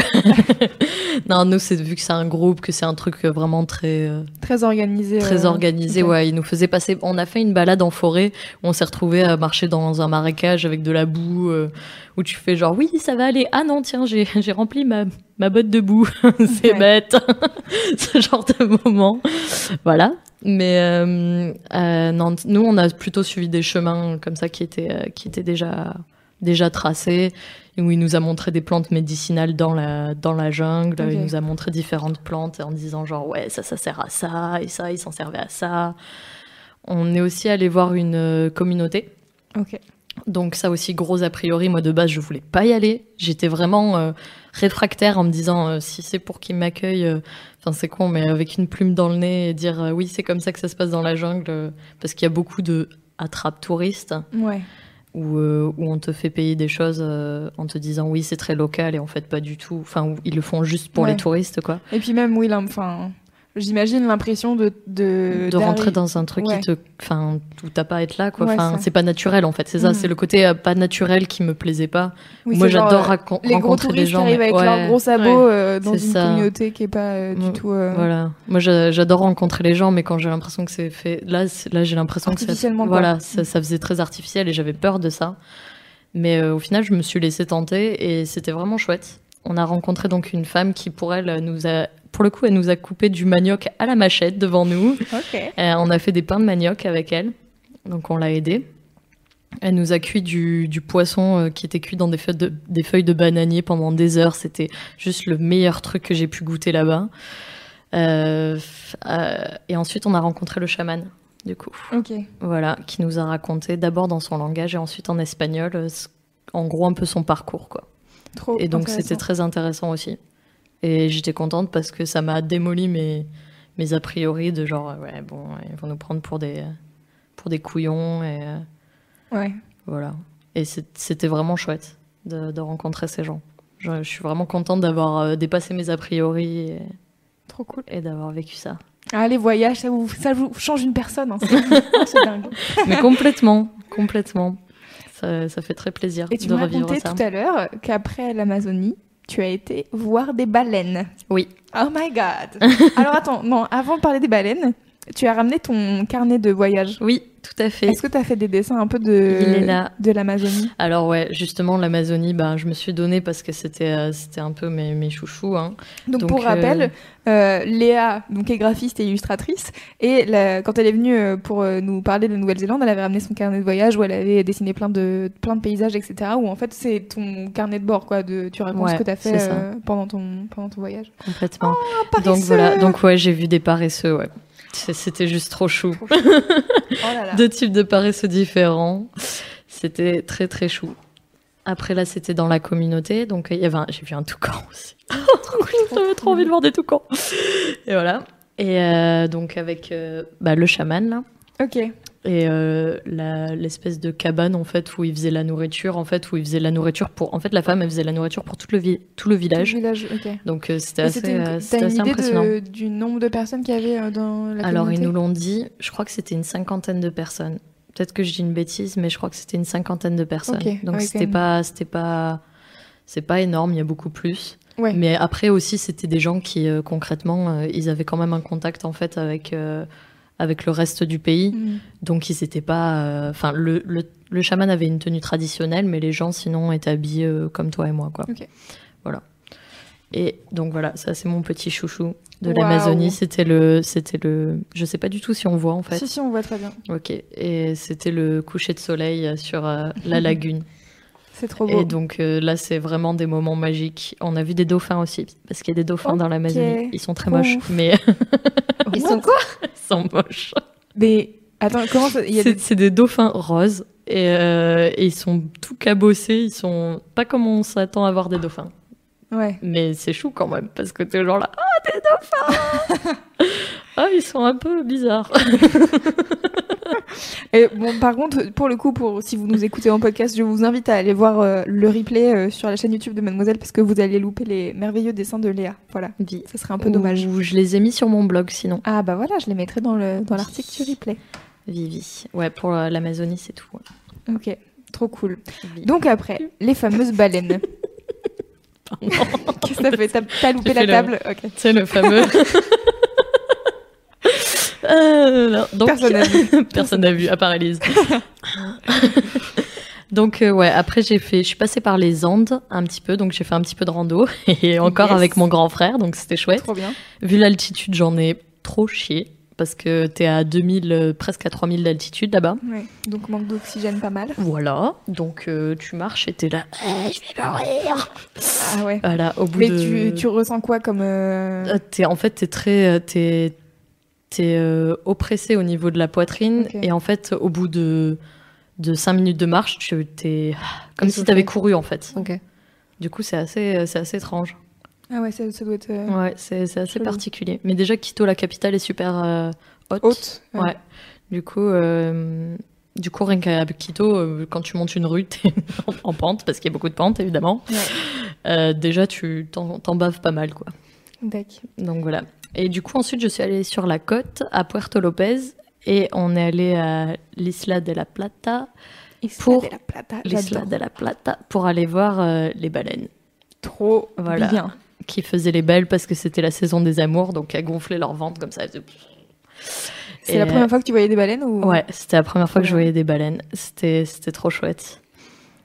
Non, nous, c'est vu que c'est un groupe, que c'est un truc euh, vraiment très, euh, Très organisé. très euh, organisé. ok. Ouais, ils nous faisaient passer. On a fait une balade en forêt où on s'est retrouvés à marcher dans un marécage avec de la boue, euh, où tu fais genre oui, ça va aller. Ah non, tiens, j'ai j'ai rempli ma ma botte de boue. C'est Ouais. bête. Ce genre de moment. Voilà. Mais euh, euh, non, nous, on a plutôt suivi des chemins comme ça qui étaient, euh, qui étaient déjà, déjà tracés, où il nous a montré des plantes médicinales dans la, dans la jungle. Ok. Il nous a montré différentes plantes en disant genre, ouais, ça, ça sert à ça, et ça, il s'en servait à ça. On est aussi allé voir une euh, communauté. Ok. Donc ça aussi, gros a priori, moi de base, je voulais pas y aller. J'étais vraiment euh, réfractaire en me disant, euh, si c'est pour qu'ils m'accueillent, euh, enfin c'est con, mais avec une plume dans le nez et dire, euh, oui, c'est comme ça que ça se passe dans la jungle, euh, parce qu'il y a beaucoup de attrape touristes Ouais. où, euh, où on te fait payer des choses euh, en te disant, oui, c'est très local et en fait pas du tout. Enfin, où ils le font juste pour Ouais. les touristes, quoi. Et puis même, oui, là, enfin, j'imagine l'impression de... De, De rentrer d'arriver- dans un truc Ouais. qui te, enfin, où t'as pas à être là, quoi. Ouais, Enfin, ça. c'est pas naturel, en fait. C'est ça, Mhm. c'est le côté euh, pas naturel qui me plaisait pas. Oui, Moi, c'est genre, j'adore euh, racon- les gros rencontrer touristes des gens. qui arrivent mais- avec ouais, leurs gros sabots ouais, euh, dans c'est une ça. communauté qui est pas euh, du Mm, tout euh, Voilà. Moi, j'a- j'adore rencontrer les gens, mais quand j'ai l'impression que c'est fait, là, c'est- là, j'ai l'impression que ça, Artificiellement, quoi. voilà, ça, ça faisait très artificiel et j'avais peur de ça. Mais euh, au final, je me suis laissée tenter et c'était vraiment chouette. on a rencontré donc une femme qui, pour elle, nous a, pour le coup, elle nous a coupé du manioc à la machette devant nous. Ok. Euh, on a fait des pains de manioc avec elle, donc on l'a aidée. Elle nous a cuit du, du poisson euh, qui était cuit dans des feuilles, de, des feuilles de bananier pendant des heures. C'était juste le meilleur truc que j'ai pu goûter là-bas. Euh, euh, et ensuite, on a rencontré le chaman, du coup. Ok. Voilà, qui nous a raconté d'abord dans son langage et ensuite en espagnol, euh, en gros un peu son parcours, quoi. Trop. Et donc intéressant. c'était très intéressant aussi. Et j'étais contente parce que ça m'a démoli mes, mes a priori de genre, ouais, bon, ils vont nous prendre pour des, pour des couillons et euh, Ouais. voilà. Et c'est- c'était vraiment chouette de, de rencontrer ces gens. Je, je suis vraiment contente d'avoir euh, dépassé mes a priori et, Trop cool. et d'avoir vécu ça. Ah, les voyages, ça vous, ça vous change une personne. Hein. C'est oh, c'est dingue. Mais complètement, complètement. Ça, ça fait très plaisir Et tu de me revivre racontais ça. tout à l'heure qu'après l'Amazonie, tu as été voir des baleines. Oui. Oh my god. Alors attends, non, avant de parler des baleines, tu as ramené ton carnet de voyage. Oui, tout à fait. Est-ce que tu as fait des dessins un peu de, Il est là. de l'Amazonie? Alors ouais, justement l'Amazonie, ben je me suis donnée parce que c'était euh, c'était un peu mes, mes chouchous. Hein. Donc, Donc, pour euh, rappel, euh, Léa donc, est graphiste et illustratrice. Et la- quand elle est venue euh, pour euh, nous parler de Nouvelle-Zélande, elle avait ramené son carnet de voyage où elle avait dessiné plein de, plein de paysages, et cetera. Où en fait, c'est ton carnet de bord, quoi. De, tu racontes Ouais, ce que tu as fait c'est ça. euh, pendant, ton, pendant ton voyage. Complètement. donc paresseux. voilà, donc ouais, j'ai vu des paresseux, ouais. C'est- C'était juste trop chou. Trop chou. Oh là là. Deux types de paresseux différents. C'était très très chou. Après là, c'était dans la communauté, donc il y avait un- j'ai vu un toucan aussi. J'avais trop envie de voir des toucans. Et voilà. Et euh, donc avec euh, bah, le chaman là. Ok. Et euh, la- l'espèce de cabane en fait où il faisait la nourriture, en fait où il faisait la nourriture pour, en fait la femme elle faisait la nourriture pour tout le vi- tout le Tout village. le village, ok. Donc euh, c'était Et assez, c'était une- euh, T'as c'était une assez idée impressionnant. de, du nombre de personnes qu'il y avait euh, dans la Alors ils communauté? nous l'ont dit, je crois que c'était une cinquantaine de personnes. Peut-être que je dis une bêtise, mais je crois que c'était une cinquantaine de personnes. Ok, Donc ouais, c'était quand même. pas, c'était pas, c'est pas énorme, il y a beaucoup plus. Ouais. Mais après aussi c'était des gens qui euh, concrètement, euh, ils avaient quand même un contact en fait avec euh, avec le reste du pays. Mm. Donc ils étaient pas, enfin le, le le chaman avait une tenue traditionnelle, mais les gens sinon étaient habillés euh, comme toi et moi quoi. Ok. Voilà. Et donc voilà, ça c'est mon petit chouchou de Waouh. l'Amazonie. C'était le, c'était le, je sais pas du tout si on voit en fait. Si, si, on voit très bien. Ok. Et c'était le coucher de soleil sur euh, la lagune. C'est trop beau. Et donc euh, là c'est vraiment des moments magiques. On a vu des dauphins aussi parce qu'il y a des dauphins dans Ok. l'Amazonie. Ils sont très Trop moches, ouf. mais Ils sont quoi? ils sont moches. Mais attends, comment ça... il y a C'est des... c'est des dauphins roses et, euh, et ils sont tout cabossés. Ils sont pas comme on s'attend à voir des dauphins. Ouais. Mais c'est chou quand même, parce que t'es genre là, ah, des dauphins. Ah, ils sont un peu bizarres. Et bon, par contre, pour le coup, pour si vous nous écoutez en podcast, je vous invite à aller voir euh, le replay euh, sur la chaîne YouTube de Mademoiselle parce que vous allez louper les merveilleux dessins de Léa. Voilà, ça serait un peu dommage. Ou je les ai mis sur mon blog sinon. Ah bah voilà, je les mettrai dans le dans l'article du replay. Vivi. Ouais, pour euh, l'Amazonie, c'est tout. ouais. Ok, trop cool. Vivi. Donc après, les fameuses baleines. Qu'est-ce que ça fait? T'as t'as loupé J'ai la fait le- table? Ok. C'est le fameux. Euh, non, donc... Personne n'a vu. Personne n'a vu, à part Elise. Donc euh, ouais, après j'ai fait, je suis passée par les Andes un petit peu, donc j'ai fait un petit peu de rando et encore Yes. avec mon grand frère, donc c'était chouette. Trop bien. Vu l'altitude, j'en ai trop chié parce que t'es à deux mille, euh, presque à trois mille d'altitude là-bas. Ouais. Donc manque d'oxygène pas mal. Voilà, donc euh, tu marches et t'es là, Eh, je vais mourir. Ah ouais. Voilà, au bout Mais de. tu, tu ressens quoi comme euh, Euh, t'es, en fait, t'es très, euh, t'es, t'es euh, oppressé au niveau de la poitrine Ok. et en fait, au bout de de cinq minutes de marche, tu t'es comme si Essoufflé. t'avais couru en fait. Ok. Du coup, c'est assez, c'est assez étrange. Ah ouais, ça, ça doit être euh, Ouais, c'est, c'est assez Chelou. particulier. Mais déjà, Quito, la capitale, est super euh, haute. haute. Ouais. Du coup, euh, du coup, rien qu'à Quito, euh, quand tu montes une rue, t'es en, en pente parce qu'il y a beaucoup de pentes évidemment. Ouais. Euh, déjà, tu t'en, t'en baves pas mal, quoi. D'accord. Donc voilà. Et du coup, ensuite, je suis allée sur la côte à Puerto Lopez et on est allé à l'Isla de la Plata, Pour de la Plata, l'Isla j'adore. de la Plata, pour aller voir euh, les baleines Trop Voilà. bien. qui faisaient les belles parce que c'était la saison des amours, donc elles gonflaient leur ventre comme ça. elles faisaient- C'est Et, la euh, première fois que tu voyais des baleines ou Ouais, c'était la première fois que je Trop bien. voyais des baleines. C'était, c'était trop chouette.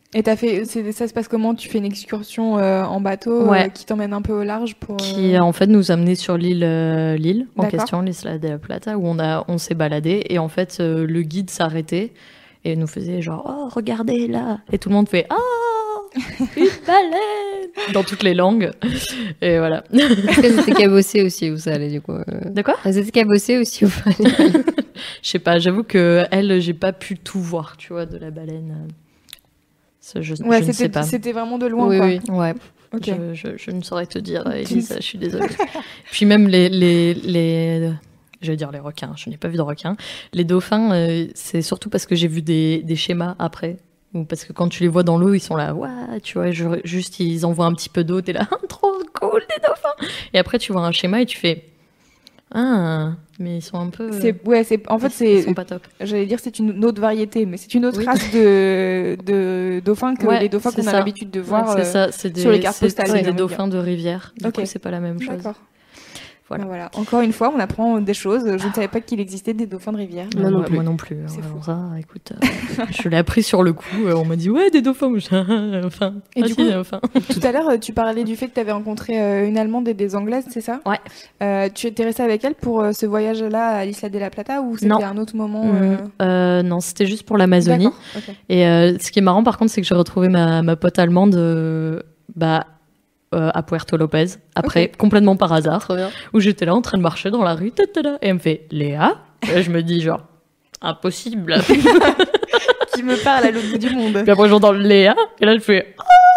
Et t'as fait, c'est, ça se passe comment? Tu fais une excursion euh, en bateau Ouais. euh, qui t'emmène un peu au large pour. Euh... Qui en fait nous a amené sur l'île, euh, l'île en D'accord. question, l'Isla de la Plata, où on a, on s'est baladé et en fait euh, le guide s'arrêtait et nous faisait genre oh regardez là et tout le monde fait oh une baleine dans toutes les langues et voilà. Est-ce qu'elles étaient cabossées aussi où ça allait du coup euh... De quoi? Elles étaient cabossées aussi ou pas? Je sais pas, j'avoue que elle j'ai pas pu tout voir, tu vois, de la baleine. Ça, je, Ouais, je ne sais c'était, pas. c'était vraiment de loin, Oui, quoi. oui. Ouais. Ok. Je, je, je ne saurais te dire, Elisa, je suis désolée. Puis même les, les, les, je vais dire les requins, je n'ai pas vu de requins. Les dauphins, euh, c'est surtout parce que j'ai vu des, des schémas après. Ou parce que quand tu les vois dans l'eau, ils sont là, ouais, tu vois, je, juste ils envoient un petit peu d'eau, t'es là, trop cool, des dauphins. Et après, tu vois un schéma et tu fais, ah, mais ils sont un peu. C'est, ouais, c'est, en fait, Ils c'est, sont pas top. j'allais dire c'est une autre variété, mais c'est une autre Oui. race de, de dauphins que Ouais, les dauphins c'est qu'on a ça. l'habitude de voir. Ouais, c'est euh, ça, c'est des, sur les cartes c'est- postales, c'est j'ai des envie de dauphins de rivière. Du Ok. coup, c'est pas la même chose. D'accord. Voilà. Ben voilà. Encore une fois, on apprend des choses. Je ne savais pas qu'il existait des dauphins de rivière. Moi Euh, non moi, plus. moi non plus. C'est Alors fou. ça, écoute, euh, je l'ai appris sur le coup. euh, on m'a dit ouais des dauphins. Enfin, Et ah, du si, coup- enfin. Tout à l'heure, tu parlais du fait que tu avais rencontré euh, une Allemande et des Anglaises, c'est ça? Ouais. Euh, tu étais restée avec elle pour euh, ce voyage-là à l'Isla de la Plata ou c'était Non. un autre moment euh... Euh, non, c'était juste pour l'Amazonie. D'accord, ok. Et euh, ce qui est marrant par contre, c'est que j'ai retrouvé ma, ma pote allemande euh, bah, euh, à Puerto Lopez, après, Ok. complètement par hasard, Trop bien. où j'étais là en train de marcher dans la rue, tatada, et elle me fait Léa. Et là, je me dis genre, impossible. Qui me parle à l'autre bout du monde. Puis après, j'entends Léa, et là, je fais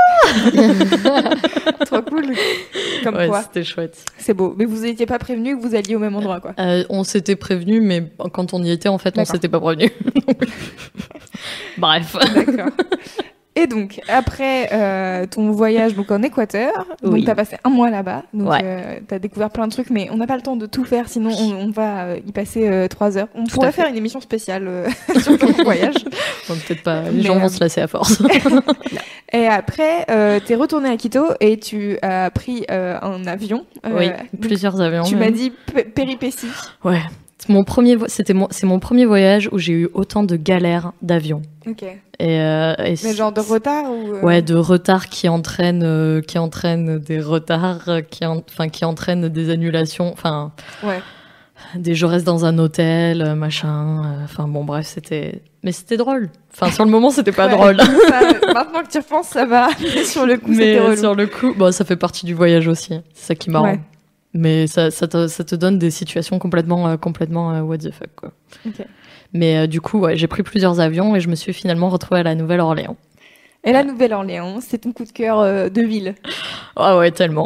Trop cool. Comme ouais, quoi, c'était chouette. c'est beau. Mais vous n'étiez pas prévenu que vous alliez au même endroit, quoi. Euh, on s'était prévenu, mais quand on y était, en fait, on D'accord. s'était pas prévenu. Bref. D'accord. Et donc, après euh, ton voyage donc en Équateur, donc Oui. tu as passé un mois là-bas, donc Ouais. euh, tu as découvert plein de trucs, mais on n'a pas le temps de tout faire, sinon on, on va euh, y passer euh, trois heures. On Tout pourrait à fait. faire une émission spéciale euh, sur ton voyage. Bon, peut-être pas. Les Mais, gens euh, vont se lasser à force. Et après, euh, tu es retourné à Quito et tu as pris euh, un avion. Euh, oui, donc, plusieurs avions. tu même. m'as dit p- péripéties. Ouais. C'est mon premier, vo- c'était mon, c'est mon premier voyage où j'ai eu autant de galères d'avion. Ok. Et, euh, et Mais c'est- genre de retard ou euh, Ouais, de retard qui entraîne, euh, qui entraîne des retards, euh, qui, en- enfin, qui entraîne des annulations, enfin, Ouais. des je reste dans un hôtel, euh, machin. euh, Enfin bon, bref, c'était, mais c'était drôle. Enfin, sur le moment, c'était pas Ouais. drôle. Ça, maintenant que tu y repenses, ça va. Mais sur le coup, Mais c'était euh, relou. sur le coup, bon, ça fait partie du voyage aussi. C'est ça qui est marrant. Ouais. Mais ça, ça, te, ça te donne des situations complètement, euh, complètement euh, what the fuck, quoi. Ok. Mais euh, du coup, ouais, j'ai pris plusieurs avions et je me suis finalement retrouvée à la Nouvelle-Orléans. Et la Nouvelle-Orléans, c'est ton coup de cœur euh, de ville. Ah ouais, tellement.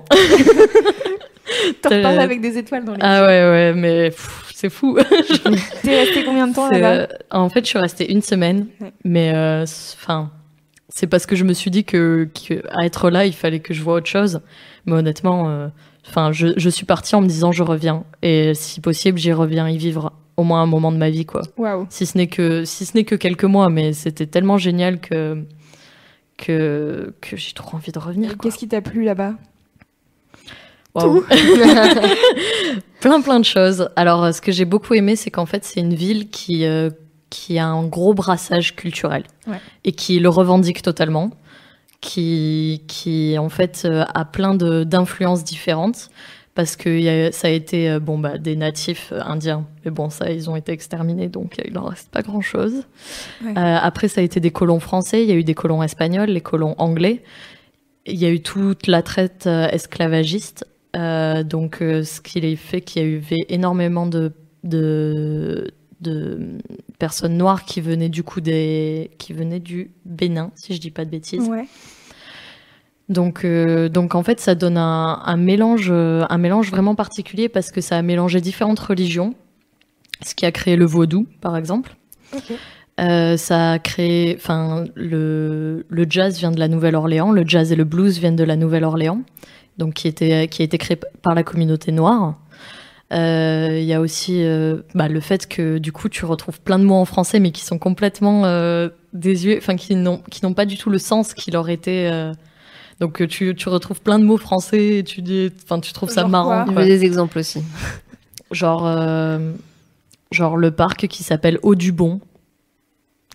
T'en T'as- reparles avec des étoiles dans les Ah yeux. ouais, ouais, mais pff, c'est fou. T'es resté combien de temps C'est, là-bas? euh, en fait, je suis restée une semaine, Ouais. mais enfin, c'est parce que je me suis dit que, que à être là, il fallait que je vois autre chose. Mais honnêtement, enfin, je, je suis partie en me disant je reviens et si possible, j'y reviens y vivre au moins un moment de ma vie, quoi. Waouh. Si ce n'est que si ce n'est que quelques mois, mais c'était tellement génial que que que j'ai trop envie de revenir, quoi. Qu'est-ce qui t'a plu là-bas? Waouh. plein plein de choses. Alors, euh, ce que j'ai beaucoup aimé, c'est qu'en fait, c'est une ville qui euh, qui a un gros brassage culturel Ouais. et qui le revendique totalement, qui qui en fait euh, a plein de d'influences différentes parce que y a, ça a été euh, bon bah des natifs euh, indiens, mais bon ça ils ont été exterminés donc euh, il en reste pas grand chose. Ouais. Euh, après ça a été des colons français, il y a eu des colons espagnols, les colons anglais. Il y a eu toute la traite euh, esclavagiste. Euh, donc, euh, ce qui a fait qu'il y a eu énormément de, de, de personnes noires qui venaient du coup des, qui venaient du Bénin, si je dis pas de bêtises. Ouais. Donc, euh, donc en fait, ça donne un, un mélange, euh, un mélange vraiment particulier parce que ça a mélangé différentes religions, ce qui a créé le vaudou, par exemple. Ok. Euh, ça a créé, enfin, le, le jazz vient de la Nouvelle-Orléans, le jazz et le blues viennent de la Nouvelle-Orléans, donc qui était qui a été créé par la communauté noire. Il euh, y a aussi euh, bah, le fait que du coup tu retrouves plein de mots en français mais qui sont complètement euh, désuets, enfin qui n'ont qui n'ont pas du tout le sens qui leur était. Euh... Donc tu tu retrouves plein de mots français, et tu dis, enfin tu trouves ça Genre marrant. quoi Il y quoi. avait des exemples aussi. Genre euh, genre le parc qui s'appelle Audubon.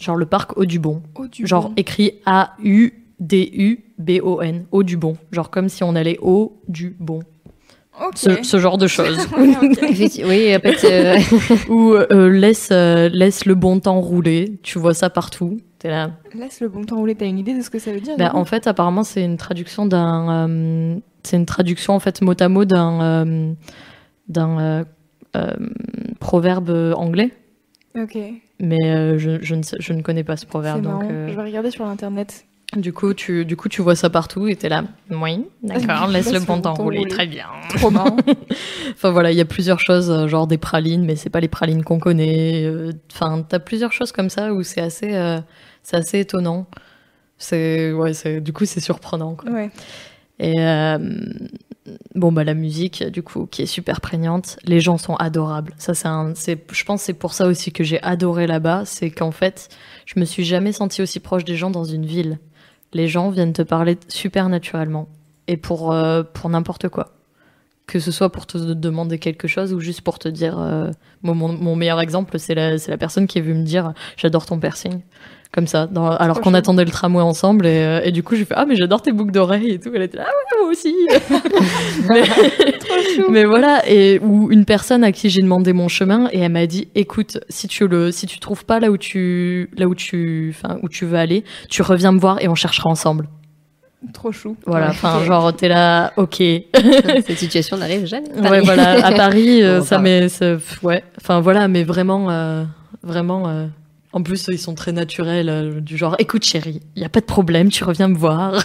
genre le parc Audubon. Audubon. Genre écrit A U D U B O N, Audubon. Genre comme si on allait au du bon. Ok. Ce, ce genre de choses. Ouais, ok. Effectivement, oui, en fait, euh, Ou euh, laisse, euh, laisse le bon temps rouler. Tu vois ça partout. T'es là. Laisse le bon temps rouler. T'as une idée de ce que ça veut dire? Bah, du coup en fait, apparemment, c'est une traduction d'un. euh, c'est une traduction en fait mot à mot d'un euh, d'un euh, euh, proverbe anglais. Ok. Mais euh, je, je, ne sais- je ne connais pas ce C'est proverbe. marrant. Donc, euh, Je vais regarder sur l'internet. du, coup, tu, du coup, tu vois ça partout et t'es là. Oui, d'accord, laisse le bon temps rouler. Très bien. Trop marrant. Enfin voilà, il y a plusieurs choses, euh, genre des pralines, mais c'est pas les pralines qu'on connaît. euh, Enfin, t'as plusieurs choses comme ça où c'est assez, euh, c'est assez étonnant. C'est, ouais, c'est, du coup, c'est surprenant, quoi. Ouais. Et euh, bon, bah la musique, du coup, qui est super prégnante. Les gens sont adorables. Ça, c'est un, c'est, je pense, que c'est pour ça aussi que j'ai adoré là-bas, c'est qu'en fait, je me suis jamais sentie aussi proche des gens dans une ville. Les gens viennent te parler super naturellement et pour euh, pour n'importe quoi. Que ce soit pour te demander quelque chose ou juste pour te dire. euh, mon, mon, mon meilleur exemple, c'est la, c'est la personne qui est venue me dire j'adore ton piercing. Comme ça, dans, alors qu'on chou. attendait le tramway ensemble. Et, euh, et du coup, j'ai fait ah, mais j'adore tes boucles d'oreilles et tout. Elle était là, ah ouais, moi aussi. mais, mais voilà. Et, ou une personne à qui j'ai demandé mon chemin et elle m'a dit écoute, si tu le, si tu trouves pas là où tu, là où tu, enfin, où tu veux aller, tu reviens me voir et on cherchera ensemble. Trop chou. Voilà, Ouais. enfin, Ok. genre, t'es là, ok. cette situation n'arrive jamais. Ouais, voilà, à Paris, euh, Bon, ça ça met, ça- pff, ouais, enfin voilà, mais vraiment, euh, vraiment, euh, en plus, ils sont très naturels, euh, du genre, écoute chérie, il y a pas de problème, tu reviens me voir.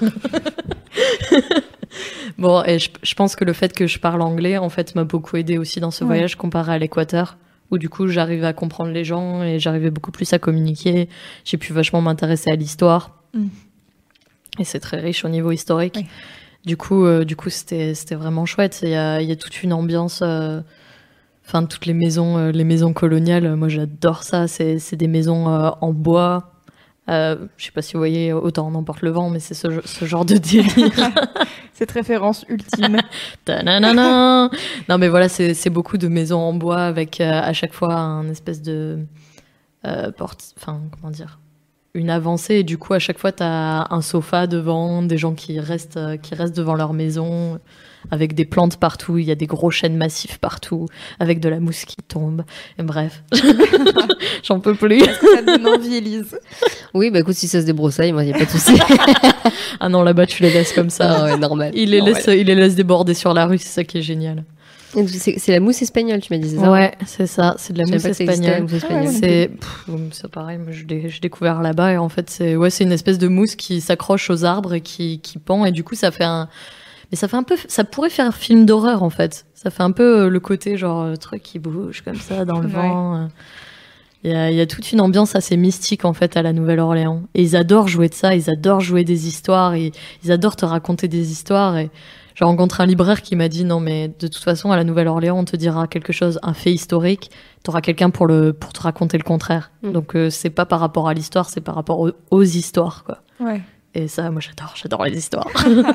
Bon, et je, je pense que le fait que je parle anglais, en fait, m'a beaucoup aidé aussi dans ce Ouais. voyage comparé à l'Équateur, où du coup, j'arrivais à comprendre les gens et j'arrivais beaucoup plus à communiquer. J'ai pu vachement m'intéresser à l'histoire. Mm. Et c'est très riche au niveau historique. Oui. Du coup, euh, du coup, c'était, c'était vraiment chouette. Il y a, il y a toute une ambiance. euh, Enfin, toutes les maisons, euh, les maisons coloniales. euh, Moi, j'adore ça. C'est, c'est des maisons euh, en bois. Euh, je sais pas si vous voyez, autant on emporte le vent, mais c'est ce, ce genre de délire. Cette référence ultime. Ta-na-na-na. Non, mais voilà, c'est, c'est beaucoup de maisons en bois avec euh, à chaque fois un espèce de euh, porte. Enfin, comment dire, une avancée. Et du coup, à chaque fois, t'as un sofa devant, des gens qui restent, euh, qui restent devant leur maison, avec des plantes partout. Il y a des gros chênes massifs partout, avec de la mousse qui tombe. Et bref, j'en peux plus. Ça te donne envie, Elise. Oui, bah écoute, si ça se débroussaille, moi, il n'y a pas de souci. Ah non, là-bas, tu les laisses comme ça. Ah ouais, normal. Il les, Normal. laisse, il les laisse déborder sur la rue, c'est ça qui est génial. Et C'est c'est la mousse espagnole, tu m'as dit, c'est ça? Ouais, c'est ça, c'est de la Je savais mousse pas que ça existait, la espagnole. mousse espagnole. C'est pff, c'est pareil, moi, je l'ai j'ai découvert là-bas et en fait c'est ouais c'est une espèce de mousse qui s'accroche aux arbres et qui qui pend et du coup ça fait un mais ça fait un peu ça pourrait faire un film d'horreur en fait. Ça fait un peu euh, le côté genre euh, truc qui bouge comme ça dans le Ouais. vent. euh. Il y a, il y a toute une ambiance assez mystique en fait à la Nouvelle-Orléans et ils adorent jouer de ça, ils adorent jouer des histoires, et ils adorent te raconter des histoires et j'ai rencontré un libraire qui m'a dit non mais de toute façon à la Nouvelle-Orléans on te dira quelque chose, un fait historique, t'auras quelqu'un pour le pour te raconter le contraire. Mm. Donc euh, c'est pas par rapport à l'histoire, c'est par rapport aux, aux histoires quoi. Ouais. Et ça moi j'adore, j'adore les histoires.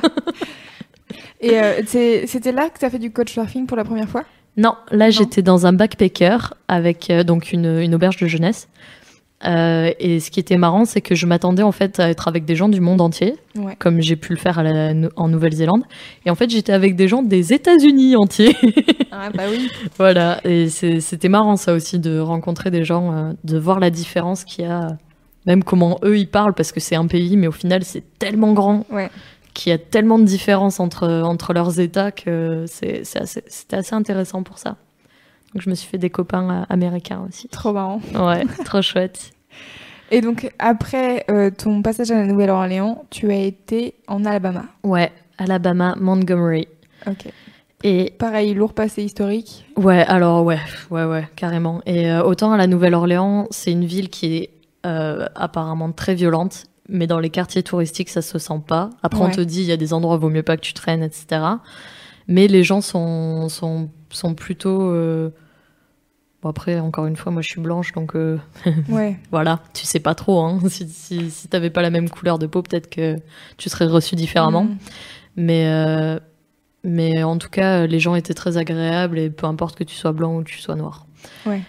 Et euh, c'est- c'était là que tu as fait du couchsurfing pour la première fois? Non, là j'étais dans un backpacker avec euh, donc une, une auberge de jeunesse. Euh, et ce qui était marrant, c'est que je m'attendais en fait à être avec des gens du monde entier, Ouais. comme j'ai pu le faire à la- en Nouvelle-Zélande. Et en fait, j'étais avec des gens des États-Unis entiers. Ah bah oui. Voilà, et c'est- c'était marrant ça aussi de rencontrer des gens, euh, de voir la différence qu'il y a, même comment eux ils parlent, parce que c'est un pays, mais au final c'est tellement grand Ouais. qu'il y a tellement de différences entre, entre leurs États que c'est c'est assez- c'était assez intéressant pour ça. Donc je me suis fait des copains euh, américains aussi. Trop marrant. Ouais, trop chouette. Et donc, après euh, ton passage à la Nouvelle-Orléans, tu as été en Alabama. Ouais, Alabama, Montgomery. Ok. Et Pareil, lourd passé historique. ouais, alors ouais, ouais, ouais, carrément. Et euh, autant à la Nouvelle-Orléans, c'est une ville qui est euh, apparemment très violente, mais dans les quartiers touristiques, ça se sent pas. Après, on Ouais. te dit, il y a des endroits où vaut mieux pas que tu traînes, et cetera. Mais les gens sont, sont, sont plutôt... euh, Bon, après, encore une fois, moi, je suis blanche, donc euh, Ouais. voilà, tu sais pas trop. Hein. Si, si, si t'avais pas la même couleur de peau, peut-être que tu serais reçu différemment. Mm. Mais, euh, mais en tout cas, les gens étaient très agréables et peu importe que tu sois blanc ou que tu sois noir. Ouais.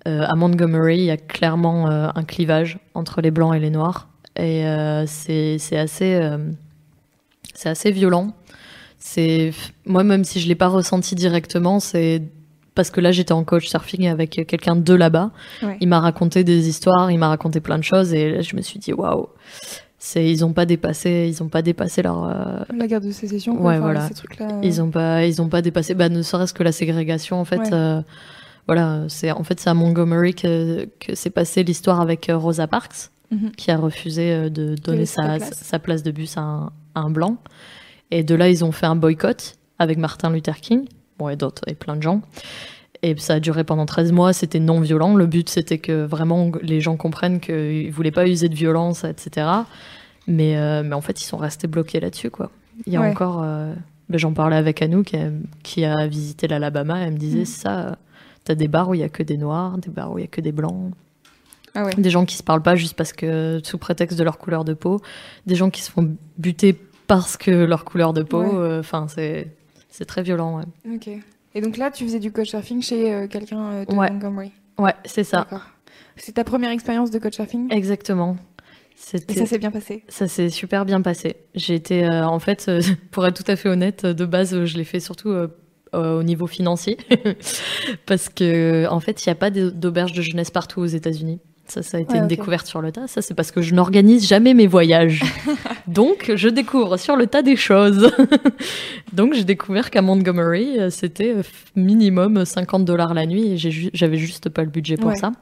Euh, à Montgomery, il y a clairement euh, un clivage entre les blancs et les noirs. Et euh, c'est, c'est, assez, euh, c'est assez violent. C'est... Moi, même si je ne l'ai pas ressenti directement, c'est parce que là, j'étais en couchsurfing avec quelqu'un de là-bas. Ouais. Il m'a raconté des histoires, il m'a raconté plein de choses. Et là, je me suis dit, waouh, c'est... ils n'ont pas dépassé, ils ont pas dépassé leur... Euh... La guerre de sécession, quoi. Ouais, Enfin, voilà. Ces trucs-là, euh... Ils n'ont pas, ils ont pas dépassé, bah, ne serait-ce que la ségrégation, en fait. Ouais. Euh... Voilà, c'est, en fait, c'est à Montgomery que, que s'est passée l'histoire avec Rosa Parks, mm-hmm. qui a refusé de donner sa, place. sa place de bus à un, à un blanc. Et de là, ils ont fait un boycott avec Martin Luther King, bon, et d'autres, et plein de gens. Et ça a duré pendant treize mois, c'était non violent. Le but, c'était que vraiment les gens comprennent qu'ils ne voulaient pas user de violence, et cetera. Mais, euh, mais en fait, ils sont restés bloqués là-dessus, quoi. Il y a ouais. encore... Euh, j'en parlais avec Anouk, qui a, qui a visité l'Alabama, elle me disait, mm. ça... T'as des bars où il y a que des noirs, des bars où il y a que des blancs. Ah ouais. Des gens qui se parlent pas juste parce que sous prétexte de leur couleur de peau. Des gens qui se font buter parce que leur couleur de peau. Enfin, ouais. euh, c'est c'est très violent. Ouais. Ok. Et donc là, tu faisais du couchsurfing chez euh, quelqu'un euh, de ouais. Montgomery. Ouais, c'est ça. D'accord. C'est ta première expérience de couchsurfing ? Exactement. C'était... Et ça s'est bien passé ? Ça s'est super bien passé. J'ai été, euh, en fait, euh, pour être tout à fait honnête, de base, je l'ai fait surtout. Euh, au niveau financier parce que en fait il n'y a pas d'auberge de jeunesse partout aux États-Unis. Ça, ça a été ouais, une okay. découverte sur le tas. Ça, c'est parce que je n'organise jamais mes voyages. Donc, je découvre sur le tas des choses. Donc, j'ai découvert qu'à Montgomery, c'était minimum cinquante dollars la nuit et j'ai, j'avais juste pas le budget pour ouais. ça.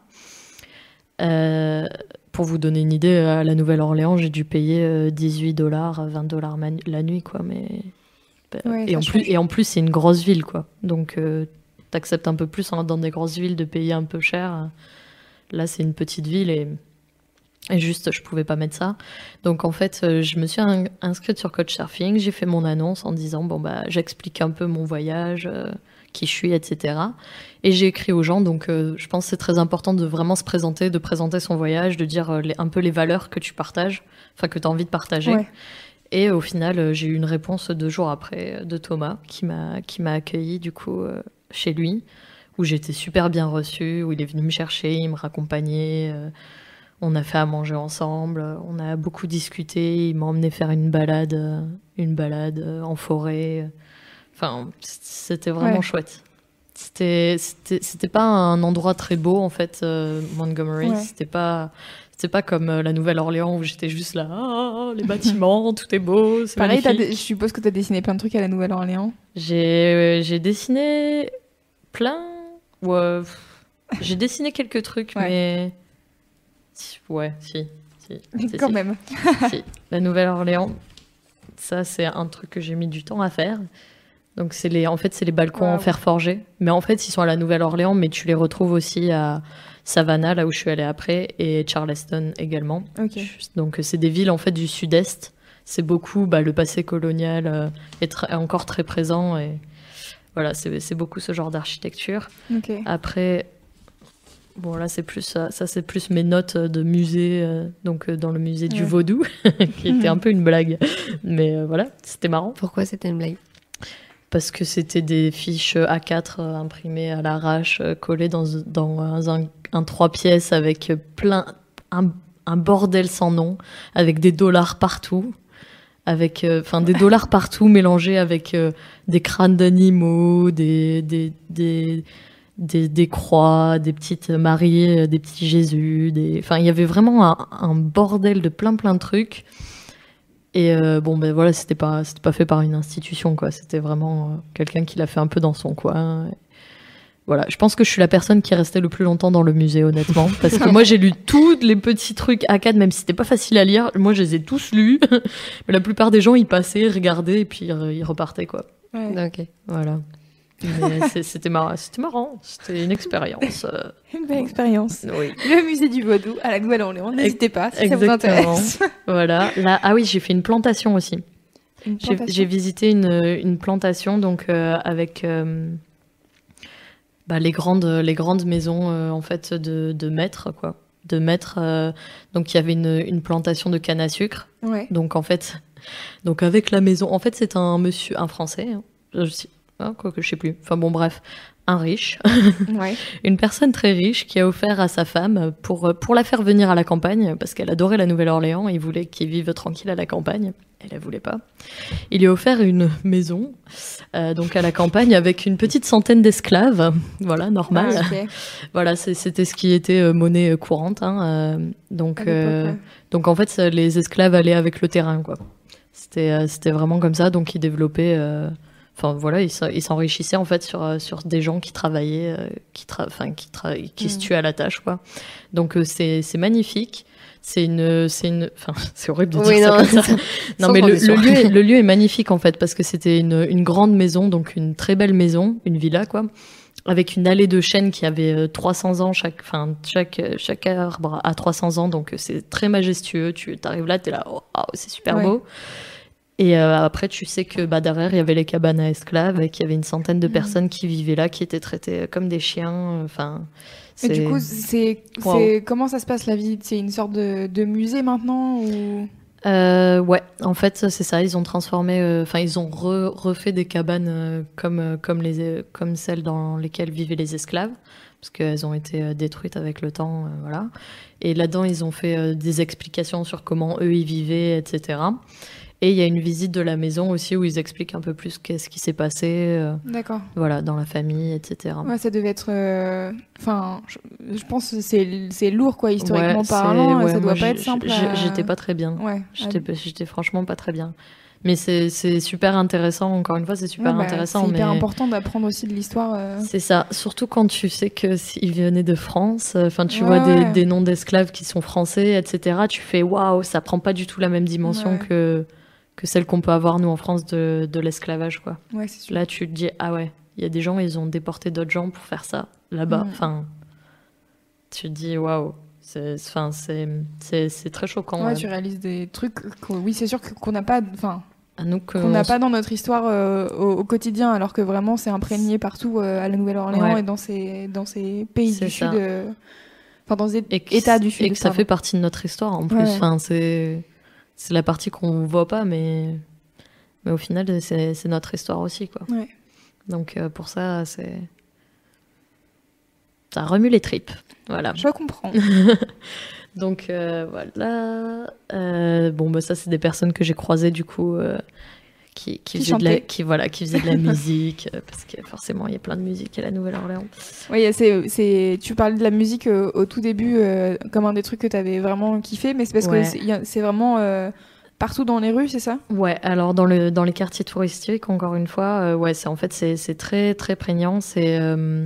Euh, pour vous donner une idée, à la Nouvelle-Orléans, j'ai dû payer dix-huit dollars, vingt dollars la nuit, quoi, mais... Ouais, et, en plus, et en plus, c'est une grosse ville, quoi. Donc, euh, t'acceptes un peu plus hein, dans des grosses villes de payer un peu cher. Là, c'est une petite ville et, et juste, je pouvais pas mettre ça. Donc, en fait, euh, je me suis in- inscrite sur Couchsurfing. J'ai fait mon annonce en disant, bon, bah, j'explique un peu mon voyage, euh, qui je suis, et cetera. Et j'ai écrit aux gens. Donc, euh, je pense que c'est très important de vraiment se présenter, de présenter son voyage, de dire euh, les, un peu les valeurs que tu partages, enfin, que tu as envie de partager. Ouais. Et au final, j'ai eu une réponse deux jours après de Thomas, qui m'a, qui m'a accueilli du coup euh, chez lui, où j'étais super bien reçue, où il est venu me chercher, il me raccompagnait, euh, on a fait à manger ensemble, on a beaucoup discuté, il m'a emmené faire une balade, euh, une balade euh, en forêt. Enfin, c'était vraiment ouais. chouette. C'était, c'était, c'était pas un endroit très beau en fait, euh, Montgomery. Ouais. C'était pas... C'est pas comme euh, la Nouvelle-Orléans où j'étais juste là, ah, les bâtiments, tout est beau, c'est pareil, magnifique. Je suppose que tu as dessiné plein de trucs à la Nouvelle-Orléans. J'ai, j'ai dessiné plein. Ouais, j'ai dessiné quelques trucs, ouais. mais. Ouais, si. si, si Quand si. même. Si. La Nouvelle-Orléans, ça, c'est un truc que j'ai mis du temps à faire. Donc, c'est les... en fait, c'est les balcons wow. en fer forgé. Mais en fait, ils sont à la Nouvelle-Orléans, mais tu les retrouves aussi à. Savannah, là où je suis allée après, et Charleston également. Okay. Donc, c'est des villes en fait du sud-est. C'est beaucoup, bah, le passé colonial euh, est, tr- est encore très présent. Et voilà, c'est, c'est beaucoup ce genre d'architecture. Okay. Après, bon, là, c'est plus ça, ça c'est plus mes notes de musée, euh, donc euh, dans le musée ouais. du Vaudou, qui était un peu une blague. Mais euh, voilà, c'était marrant. Pourquoi c'était une blague ? Parce que c'était des fiches A quatre euh, imprimées à l'arrache, euh, collées dans, dans un, un, un trois pièces avec plein, un, un bordel sans nom, avec des dollars partout, avec, enfin euh, des dollars partout mélangés avec euh, des crânes d'animaux, des, des, des, des, des croix, des petites Maries, des petits Jésus, des, enfin il y avait vraiment un, un bordel de plein plein de trucs. Et euh, bon, ben voilà, c'était pas, c'était pas fait par une institution, quoi. C'était vraiment euh, quelqu'un qui l'a fait un peu dans son coin. Et voilà, je pense que je suis la personne qui est restée le plus longtemps dans le musée, honnêtement. Parce que moi, j'ai lu tous les petits trucs A quatre, même si c'était pas facile à lire. Moi, je les ai tous lus. Mais la plupart des gens, ils passaient, regardaient, et puis euh, ils repartaient, quoi. Ouais. Ok. Voilà. Mais c'était marrant, c'était marrant, c'était une expérience. Euh... Une belle expérience. Oui. Le musée du Vaudou à la Nouvelle-Orléans, n'hésitez pas si Exactement. ça vous intéresse. Voilà. Là, ah oui, j'ai fait une plantation aussi. Une plantation. J'ai, j'ai visité une, une plantation donc euh, avec euh, bah, les grandes les grandes maisons euh, en fait de, de maîtres quoi, de maîtres. Euh, donc il y avait une, une plantation de canne à sucre. Ouais. Donc en fait, donc avec la maison, en fait c'est un monsieur, un Français. Hein, je sais, hein, quoi que je sais plus. Enfin bon bref, un riche, Ouais. une personne très riche qui a offert à sa femme pour, pour la faire venir à la campagne, parce qu'elle adorait la Nouvelle-Orléans et il voulait qu'il vive tranquille à la campagne. Elle ne voulait pas. Il lui a offert une maison, euh, donc à la campagne, avec une petite centaine d'esclaves. Voilà, normal. Ah, ok. Voilà, c'est- c'était ce qui était euh, monnaie euh, courante. Hein, euh, donc, À l'époque, euh, ouais. donc en fait, ça, les esclaves allaient avec le terrain, quoi. C'était, euh, c'était vraiment comme ça. Donc ils développaient. euh, Enfin voilà, ils s'en- ils s'enrichissaient en fait sur euh, sur des gens qui travaillaient, euh, qui tra- enfin qui tra- qui se Mm. tuaient à la tâche, quoi. Donc euh, c'est c'est magnifique. C'est une c'est une enfin c'est horrible de dire Oui, ça non, comme ça. ça- Non, sans mais le, le transition. lieu est, le lieu est magnifique en fait parce que c'était une, une grande maison, donc une très belle maison, une villa quoi, avec une allée de chênes qui avait euh, trois cents ans chaque, enfin chaque chaque arbre a trois cents ans, donc euh, c'est très majestueux. Tu arrives là, t'es là, oh, oh, c'est super Ouais. beau. Et euh, après, tu sais que bah, derrière, il y avait les cabanes à esclaves et qu'il y avait une centaine de Mhm. personnes qui vivaient là, qui étaient traitées comme des chiens. Enfin, Et du c'est- coup, c'est, Wow. c'est comment ça se passe la vie? C'est une sorte de, de musée maintenant ou... Euh, ouais, en fait, c'est ça. Ils ont transformé, euh, enfin, ils ont re- refait des cabanes euh, comme euh, comme les euh, comme celles dans lesquelles vivaient les esclaves, parce qu'elles ont été euh, détruites avec le temps, euh, voilà. Et là-dedans, ils ont fait euh, des explications sur comment eux y vivaient, et cetera. Et il y a une visite de la maison aussi où ils expliquent un peu plus qu'est-ce qui s'est passé, euh, D'accord. voilà, dans la famille, et cetera. Ouais, ça devait être. euh, Enfin, je, je pense que c'est, c'est lourd, quoi, historiquement Ouais, c'est- parlant. ouais, ça doit moi, pas être j'ai- simple. j'ai- à- J'étais pas très bien. Ouais. J'étais, pas- j'étais franchement pas très bien. Mais c'est, c'est super intéressant, encore une fois, c'est super Ouais, bah, intéressant. C'est hyper mais important d'apprendre aussi de l'histoire. euh. c'est ça, surtout quand tu sais que s'ils venaient de France, enfin tu Ouais, vois des, ouais. des noms d'esclaves qui sont français, et cetera. Tu fais waouh, ça prend pas du tout la même dimension Ouais. que, que celle qu'on peut avoir nous en France de, de l'esclavage, quoi. Ouais, c'est sûr. Là, tu te dis ah ouais, il y a des gens, ils ont déporté d'autres gens pour faire ça là-bas. Mm. Enfin, tu te dis waouh, c'est, enfin c'est, c'est, c'est très choquant. Ouais, euh, tu réalises des trucs. qu'on- Oui, c'est sûr que- qu'on n'a pas. Enfin, à nous que qu'on n'a on pas dans notre histoire euh, au, au quotidien, alors que vraiment c'est imprégné partout euh, à la Nouvelle-Orléans Ouais. et dans ces, dans ces pays C'est du ça. Sud. euh, Enfin, dans ces et que, États du Sud. et que ça pardon. fait partie de notre histoire en plus. Ouais. Enfin, c'est c'est la partie qu'on voit pas, mais mais au final c'est c'est notre histoire aussi, quoi. Ouais. Donc euh, pour ça, c'est ça remue les tripes. Voilà. Je comprends. Donc euh, voilà. Euh, bon bah ça c'est des personnes que j'ai croisées du coup. euh, qui, qui, Qui faisaient de la, chantaient. qui, voilà, qui faisaient de la musique, euh, parce que forcément il y a plein de musique à la Nouvelle-Orléans. Oui, c'est, c'est, tu parlais de la musique euh, au tout début euh, comme un des trucs que tu avais vraiment kiffé, mais c'est parce Ouais. que c'est, il y a- c'est vraiment euh, partout dans les rues, c'est ça? Ouais, alors dans, le, dans les quartiers touristiques, encore une fois, euh, ouais, c'est, en fait c'est, c'est très très prégnant. C'est, euh,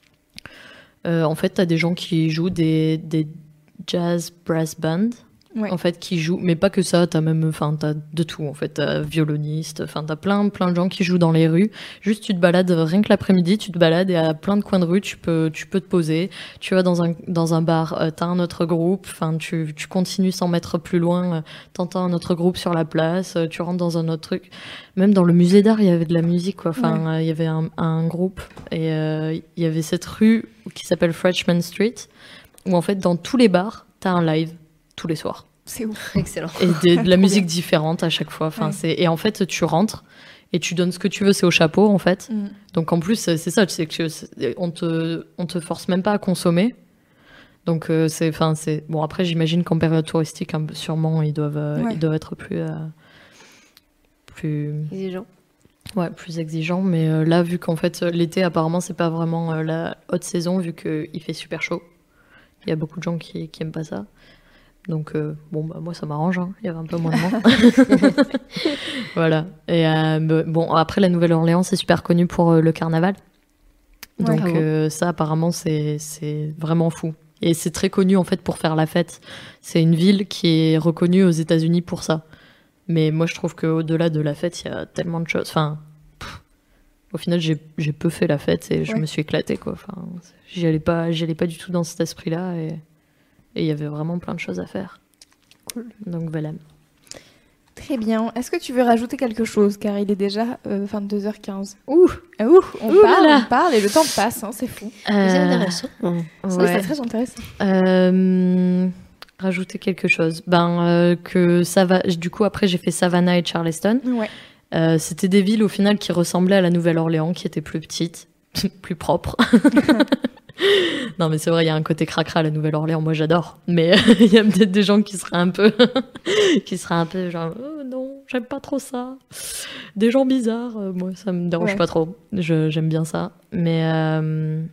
euh, en fait, t'as des gens qui jouent des, des jazz brass bands. Ouais. En fait, qui jouent, mais pas que ça, t'as même, enfin, t'as de tout, en fait, t'as violoniste, enfin, t'as plein, plein de gens qui jouent dans les rues. Juste, tu te balades, rien que l'après-midi, tu te balades et à plein de coins de rue, tu peux, tu peux te poser. Tu vas dans un, dans un bar, euh, t'as un autre groupe, enfin, tu, tu continues sans mettre plus loin, euh, t'entends un autre groupe sur la place, euh, tu rentres dans un autre truc. Même dans le musée d'art, il y avait de la musique, quoi. Enfin, euh, il y avait un, un groupe et euh, il y avait cette rue qui s'appelle Freshman Street, où en fait, dans tous les bars, t'as un live tous les soirs. C'est ouf. Excellent. Et des- de la Trop musique différente à chaque fois. Enfin, Ouais. c'est... Et en fait, tu rentres et tu donnes ce que tu veux, c'est au chapeau en fait. Mm. Donc en plus, c'est c'est ça, tu sais que c'est- on te, on te force même pas à consommer. Donc euh, c'est, enfin c'est bon. Après, j'imagine qu'en période touristique, hein, sûrement, ils doivent, euh, Ouais. ils doivent être plus, euh, plus, Exigeant. ouais, plus exigeants. Mais euh, là, vu qu'en fait l'été, apparemment, c'est pas vraiment euh, la haute saison, vu qu'il fait super chaud. Il y a beaucoup de gens qui, qui aiment pas ça. Donc, euh, bon, bah, moi, ça m'arrange. hein. Il y avait un peu moins de monde. Voilà. Et euh, me- bon, après, la Nouvelle-Orléans, c'est super connu pour euh, le carnaval. Ouais. Donc, Ah bon euh, ça, apparemment, c'est c'est vraiment fou. Et c'est très connu, en fait, pour faire la fête. C'est une ville qui est reconnue aux États-Unis pour ça. Mais moi, je trouve qu'au-delà de la fête, il y a tellement de choses. Enfin, pff, au final, j'ai j'ai peu fait la fête et je Ouais. me suis éclatée, quoi. Enfin, j'y allais pas, j'y allais pas du tout dans cet esprit-là. Et et il y avait vraiment plein de choses à faire. Cool. Donc voilà. Très bien. Est-ce que tu veux rajouter quelque chose? Car il est déjà euh, vingt-deux heures quinze. Ouh, Ah, ouh, on Ouh parle, là là. on parle et le temps passe, hein, c'est fou. C'est intéressant. Oui, ouais. c'est très intéressant. Euh, rajouter quelque chose. Ben euh, que ça va. Du coup après j'ai fait Savannah et Charleston. Ouais. Euh, C'était des villes au final qui ressemblaient à la Nouvelle-Orléans, qui étaient plus petites, plus propre. Non, mais c'est vrai, il y a un côté cracra à la Nouvelle-Orléans, moi j'adore. Mais il y a peut-être des gens qui seraient un peu, qui seraient un peu genre, oh, non, j'aime pas trop ça. Des gens bizarres, euh, moi ça me dérange Ouais. pas trop. Je, j'aime bien ça. Mais euh,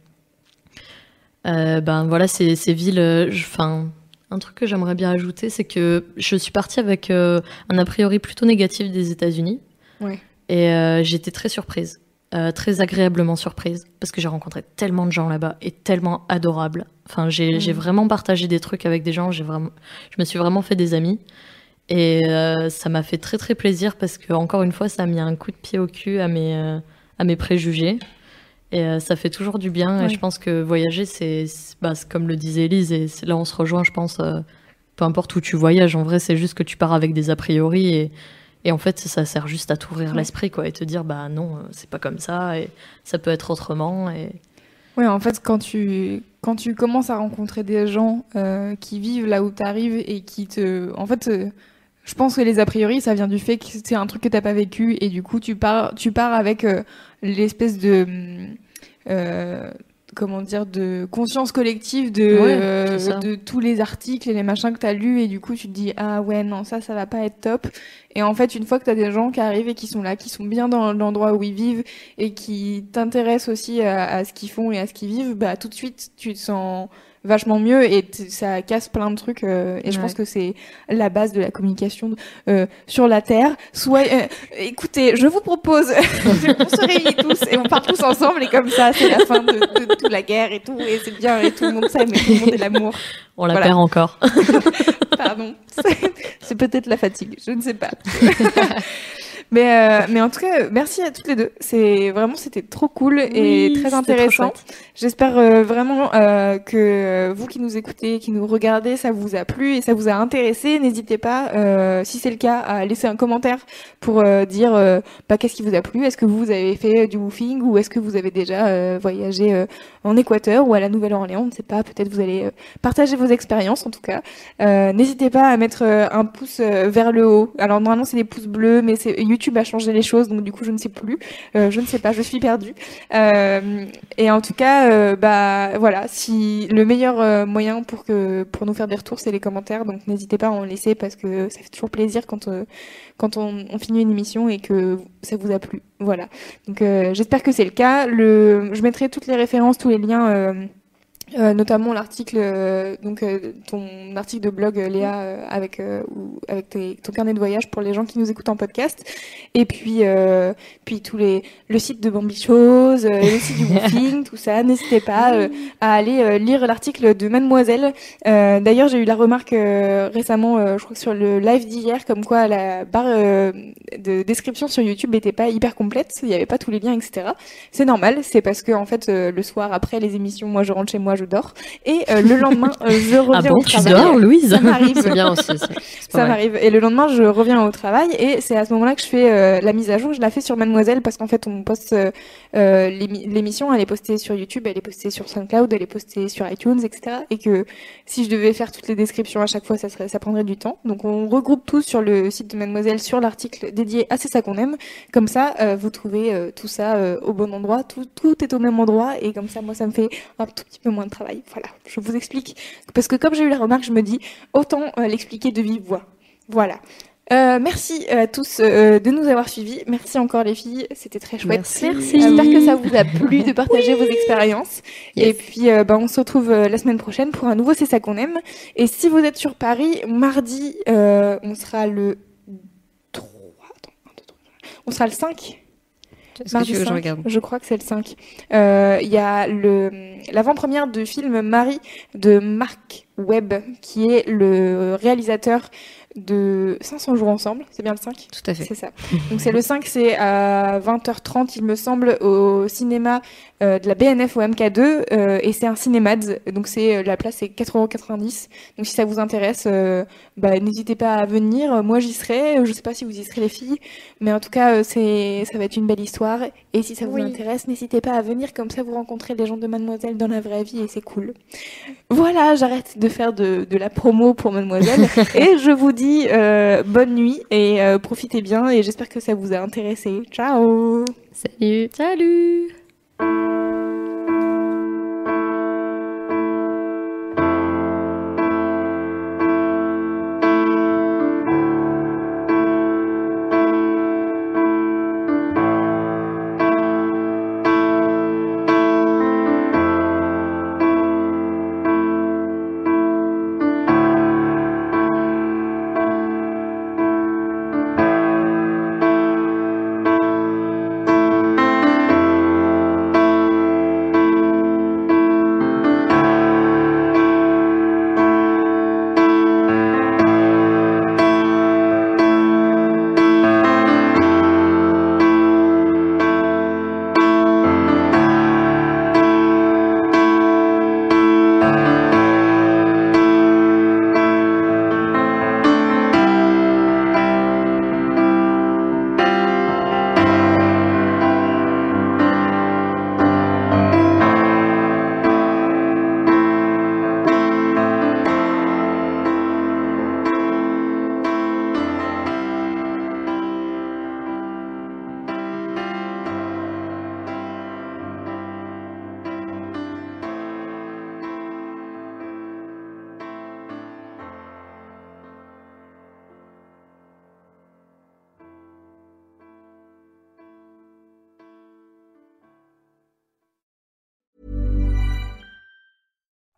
euh, ben voilà, ces, ces villes, enfin, un truc que j'aimerais bien ajouter, c'est que je suis partie avec euh, un a priori plutôt négatif des États-Unis. Ouais. Et euh, j'étais très surprise. Euh, très agréablement surprise parce que j'ai rencontré tellement de gens là-bas et tellement adorables. Enfin, j'ai, Mm. j'ai vraiment partagé des trucs avec des gens. J'ai vraiment, je me suis vraiment fait des amis et euh, ça m'a fait très très plaisir parce que encore une fois, ça a mis un coup de pied au cul à mes euh, à mes préjugés et euh, ça fait toujours du bien. Ouais. Et je pense que voyager, c'est, c'est, bah, c'est comme le disait Elise et c'est, là on se rejoint, je pense. Euh, peu importe où tu voyages, en vrai, c'est juste que tu pars avec des a priori et Et en fait, ça sert juste à t'ouvrir Ouais. l'esprit, quoi, et te dire, bah non, euh, c'est pas comme ça, et ça peut être autrement. Et... Ouais, en fait, quand tu, quand tu commences à rencontrer des gens euh, qui vivent là où tu arrives et qui te... En fait, euh, je pense que les a priori, ça vient du fait que c'est un truc que t'as pas vécu et du coup, tu pars, tu pars avec euh, l'espèce de... Euh, comment dire, de conscience collective de, Ouais, euh, c'est ça. de tous les articles et les machins que t'as lus et du coup, tu te dis, ah ouais, non, ça, ça va pas être top. Et en fait, une fois que t'as des gens qui arrivent et qui sont là, qui sont bien dans l'endroit où ils vivent et qui t'intéressent aussi à, à ce qu'ils font et à ce qu'ils vivent, bah tout de suite tu te sens vachement mieux et t- ça casse plein de trucs euh, et je Ouais. pense que c'est la base de la communication euh, sur la Terre. Soit, euh, écoutez, je vous propose, on se réunit tous et on part tous ensemble et comme ça c'est la fin de, de, de toute la guerre et tout et c'est bien et tout le monde s'aime et tout le monde est l'amour. On la Voilà. perd encore. Pardon, c'est- c'est peut-être la fatigue, je ne sais pas. mais, euh, mais en tout cas, merci à toutes les deux. C'est vraiment, c'était trop cool et Oui, très c'était intéressant. trop chouette. J'espère euh, vraiment euh, que euh, vous qui nous écoutez, qui nous regardez, ça vous a plu et ça vous a intéressé. N'hésitez pas, euh, si c'est le cas, à laisser un commentaire pour euh, dire euh, bah, qu'est-ce qui vous a plu. Est-ce que vous avez fait du woofing ou est-ce que vous avez déjà euh, voyagé euh, en Équateur ou à la Nouvelle-Orléans? On ne sait pas. Peut-être vous allez euh, partager vos expériences en tout cas. Euh, N'hésitez pas à mettre euh, un pouce euh, vers le haut. Alors normalement c'est des pouces bleus, mais c'est YouTube a changé les choses, donc du coup je ne sais plus. Euh, je ne sais pas, je suis perdue. Euh, et en tout cas, euh, bah voilà, si le meilleur euh, moyen pour que pour nous faire des retours, c'est les commentaires. Donc n'hésitez pas à en laisser parce que ça fait toujours plaisir quand euh, quand on, on finit une émission et que ça vous a plu. Voilà. Donc euh, j'espère que c'est le cas. Le, je mettrai toutes les références, tous les liens. Euh, Euh, notamment l'article, euh, donc euh, ton article de blog euh, Léa euh, avec euh, ou avec tes, ton carnet de voyage pour les gens qui nous écoutent en podcast, et puis euh, puis tous les le site de Bambi Chose, euh, le site du Woofing, tout ça. N'hésitez pas euh, à aller euh, lire l'article de Mademoiselle. Euh, D'ailleurs, j'ai eu la remarque euh, récemment, euh, je crois que sur le live d'hier, comme quoi la barre euh, de description sur YouTube n'était pas hyper complète, il n'y avait pas tous les liens, et cetera. C'est normal, c'est parce que en fait euh, le soir après les émissions, moi je rentre chez moi, je dors et euh, le lendemain euh, je reviens Ah bon, au tu travail. dors, Louise? Ça m'arrive. C'est bien aussi. c'est- c'est pas Ça mal. m'arrive. Et le lendemain, je reviens au travail et c'est à ce moment-là que je fais euh, la mise à jour. Je la fais sur Mademoiselle parce qu'en fait, on poste euh, euh, l'émi- l'émission, elle est postée sur YouTube, elle est postée sur SoundCloud, elle est postée sur iTunes, et cetera. Et que si je devais faire toutes les descriptions à chaque fois, ça serait, ça prendrait du temps. Donc, on regroupe tout sur le site de Mademoiselle, sur l'article dédié à C'est ça qu'on aime. Comme ça, euh, vous trouvez euh, tout ça euh, au bon endroit. Tout, tout est au même endroit et comme ça, moi, ça me fait un tout petit peu moins de travail. Voilà, je vous explique. Parce que comme j'ai eu la remarque, je me dis, autant euh, l'expliquer de vive voix. Voilà. Euh, merci à tous euh, de nous avoir suivis. Merci encore les filles, c'était très chouette. Merci. J'espère que ça vous a plu de partager vos expériences. Yes. Et puis euh, bah, on se retrouve euh, la semaine prochaine pour un nouveau C'est ça qu'on aime. Et si vous êtes sur Paris, mardi, euh, on sera le trois. Attends, un, deux, trois. On sera le cinq. Est-ce que Mardi tu veux que je cinq, regarde? je crois que c'est le cinq. Euh, Il y a le l'avant-première du film Marie de Marc Webb, qui est le réalisateur de cinq cents jours ensemble. C'est bien le cinq? Tout à fait. C'est ça. Donc c'est le cinq, c'est à vingt heures trente, il me semble, au cinéma euh, de la B N F au M K deux, euh, et c'est un cinémad, donc c'est la place c'est quatre euros quatre-vingt-dix. Donc si ça vous intéresse, euh, bah, n'hésitez pas à venir. Moi j'y serai. Je sais pas si vous y serez les filles, mais en tout cas euh, c'est ça va être une belle histoire. Et si ça vous Oui. intéresse, n'hésitez pas à venir. Comme ça vous rencontrez les gens de Mademoiselle dans la vraie vie et c'est cool. Voilà, j'arrête de faire de, de la promo pour Mademoiselle et je vous dis euh, bonne nuit et euh, profitez bien et j'espère que ça vous a intéressé. Ciao. Salut. Salut!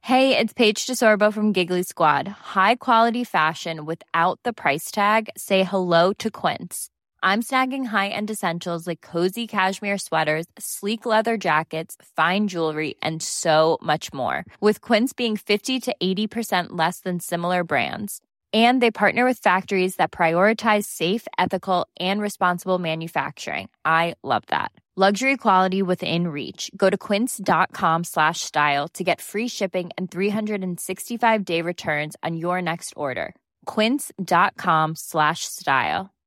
Hey, it's Paige DeSorbo from Giggly Squad. High quality fashion without the price tag. Say hello to Quince. I'm snagging high-end essentials like cozy cashmere sweaters, sleek leather jackets, fine jewelry, and so much more. With Quince being fifty to eighty percent less than similar brands. And they partner with factories that prioritize safe, ethical, and responsible manufacturing. I love that. Luxury quality within reach. Go to quince.com slash style to get free shipping and three sixty-five day returns on your next order. Quince.com slash style.